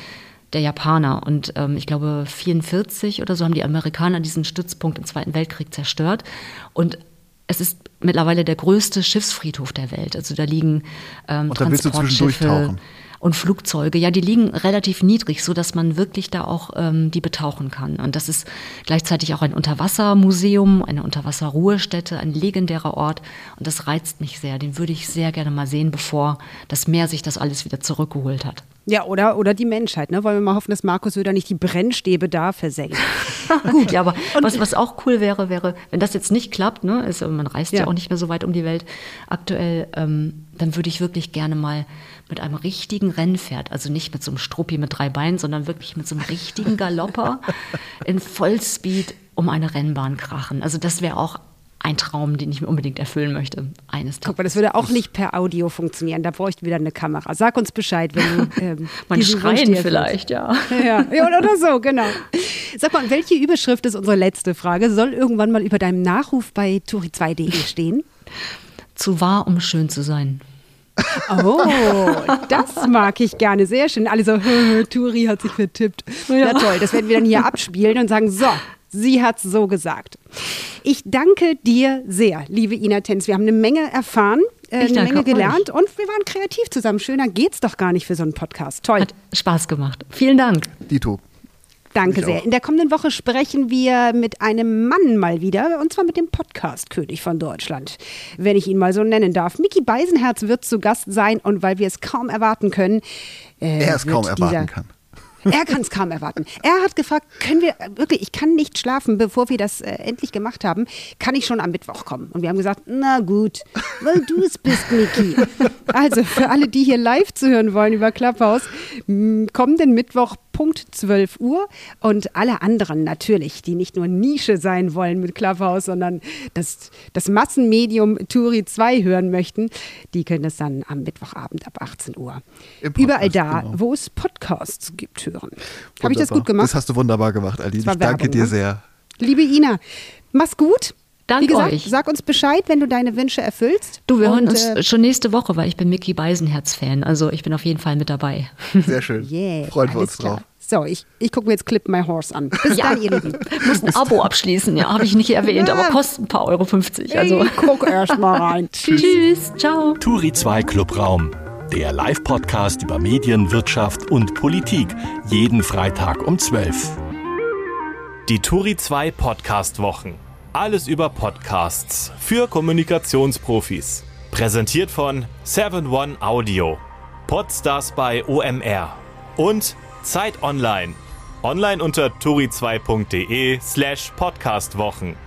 der Japaner. Und ähm, ich glaube, vierundvierzig oder so haben die Amerikaner diesen Stützpunkt im Zweiten Weltkrieg zerstört. Und es ist mittlerweile der größte Schiffsfriedhof der Welt. Also da liegen ähm, und da willst du zwischendurch tauchen. Und Flugzeuge, ja, die liegen relativ niedrig, so dass man wirklich da auch ähm, die betauchen kann. Und das ist gleichzeitig auch ein Unterwassermuseum, eine Unterwasserruhestätte, ein legendärer Ort. Und das reizt mich sehr. Den würde ich sehr gerne mal sehen, bevor das Meer sich das alles wieder zurückgeholt hat. Ja, oder, oder die Menschheit, ne? Wollen wir mal hoffen, dass Markus Söder nicht die Brennstäbe da versenkt. Gut. Ja, aber was, was auch cool wäre, wäre, wenn das jetzt nicht klappt, ne, ist, man reist ja. ja auch nicht mehr so weit um die Welt aktuell, ähm, dann würde ich wirklich gerne mal mit einem richtigen Rennpferd, also nicht mit so einem Struppi mit drei Beinen, sondern wirklich mit so einem richtigen Galopper in Vollspeed um eine Rennbahn krachen. Also das wäre auch ein Traum, den ich mir unbedingt erfüllen möchte, eines Tages. Guck mal, das würde auch nicht per Audio funktionieren, da bräuchte wieder eine Kamera. Sag uns Bescheid, wenn du ähm, Man schreien vielleicht, ja. ja. Ja, oder so, genau. Sag mal, welche Überschrift ist unsere letzte Frage? Soll irgendwann mal über deinem Nachruf bei Turi zwei punkt de stehen? Zu wahr, um schön zu sein. Oh, das mag ich gerne. Sehr schön. Alle so, Turi hat sich vertippt. Ja. Na toll, das werden wir dann hier abspielen und sagen, so, sie hat's so gesagt. Ich danke dir sehr, liebe Ina Tenz. Wir haben eine Menge erfahren, äh, eine Menge gelernt euch. Und wir waren kreativ zusammen. Schöner geht's doch gar nicht für so einen Podcast. Toll. Hat Spaß gemacht. Vielen Dank. Dito. Danke sehr. In der kommenden Woche sprechen wir mit einem Mann mal wieder, und zwar mit dem Podcast-König von Deutschland, wenn ich ihn mal so nennen darf. Micky Beisenherz wird zu Gast sein, und weil wir es kaum erwarten können, äh, er es kaum erwarten kann. Er kann es kaum erwarten. Er hat gefragt, können wir, wirklich, ich kann nicht schlafen, bevor wir das äh, endlich gemacht haben, kann ich schon am Mittwoch kommen? Und wir haben gesagt, na gut, weil du es bist, Micky. Also für alle, die hier live zuhören wollen über Clubhouse, mh, kommenden Mittwoch Punkt zwölf Uhr, und alle anderen natürlich, die nicht nur Nische sein wollen mit Clubhouse, sondern das, das Massenmedium Turi zwei hören möchten, die können das dann am Mittwochabend ab achtzehn Uhr Podcast, überall da, genau, wo es Podcasts gibt, hören. Habe ich das gut gemacht? Das hast du wunderbar gemacht, Aline. Ich danke Werbung, dir ne? sehr. Liebe Ina, mach's gut. Danke Wie gesagt, euch. Sag uns Bescheid, wenn du deine Wünsche erfüllst. Du, wir und, hören uns äh, schon nächste Woche, weil ich bin Micky Beisenherz-Fan. Also ich bin auf jeden Fall mit dabei. Sehr schön. Yeah, freuen wir uns klar. drauf. So, ich, ich gucke mir jetzt Clip My Horse an. Bis ja. dann, ihr Lieben. Du musst ein Abo abschließen, ja, habe ich nicht erwähnt, aber kostet ein paar Euro fünfzig. Also. Ich guck erst mal rein. Tschüss. Tschüss, ciao. Turi zwei Clubraum, der Live-Podcast über Medien, Wirtschaft und Politik. Jeden Freitag um zwölf. Die Turi zwei Podcast-Wochen. Alles über Podcasts für Kommunikationsprofis. Präsentiert von seven one Audio, Podstars bei O M R und Zeit Online. Online unter turi zwei punkt de slash podcastwochen.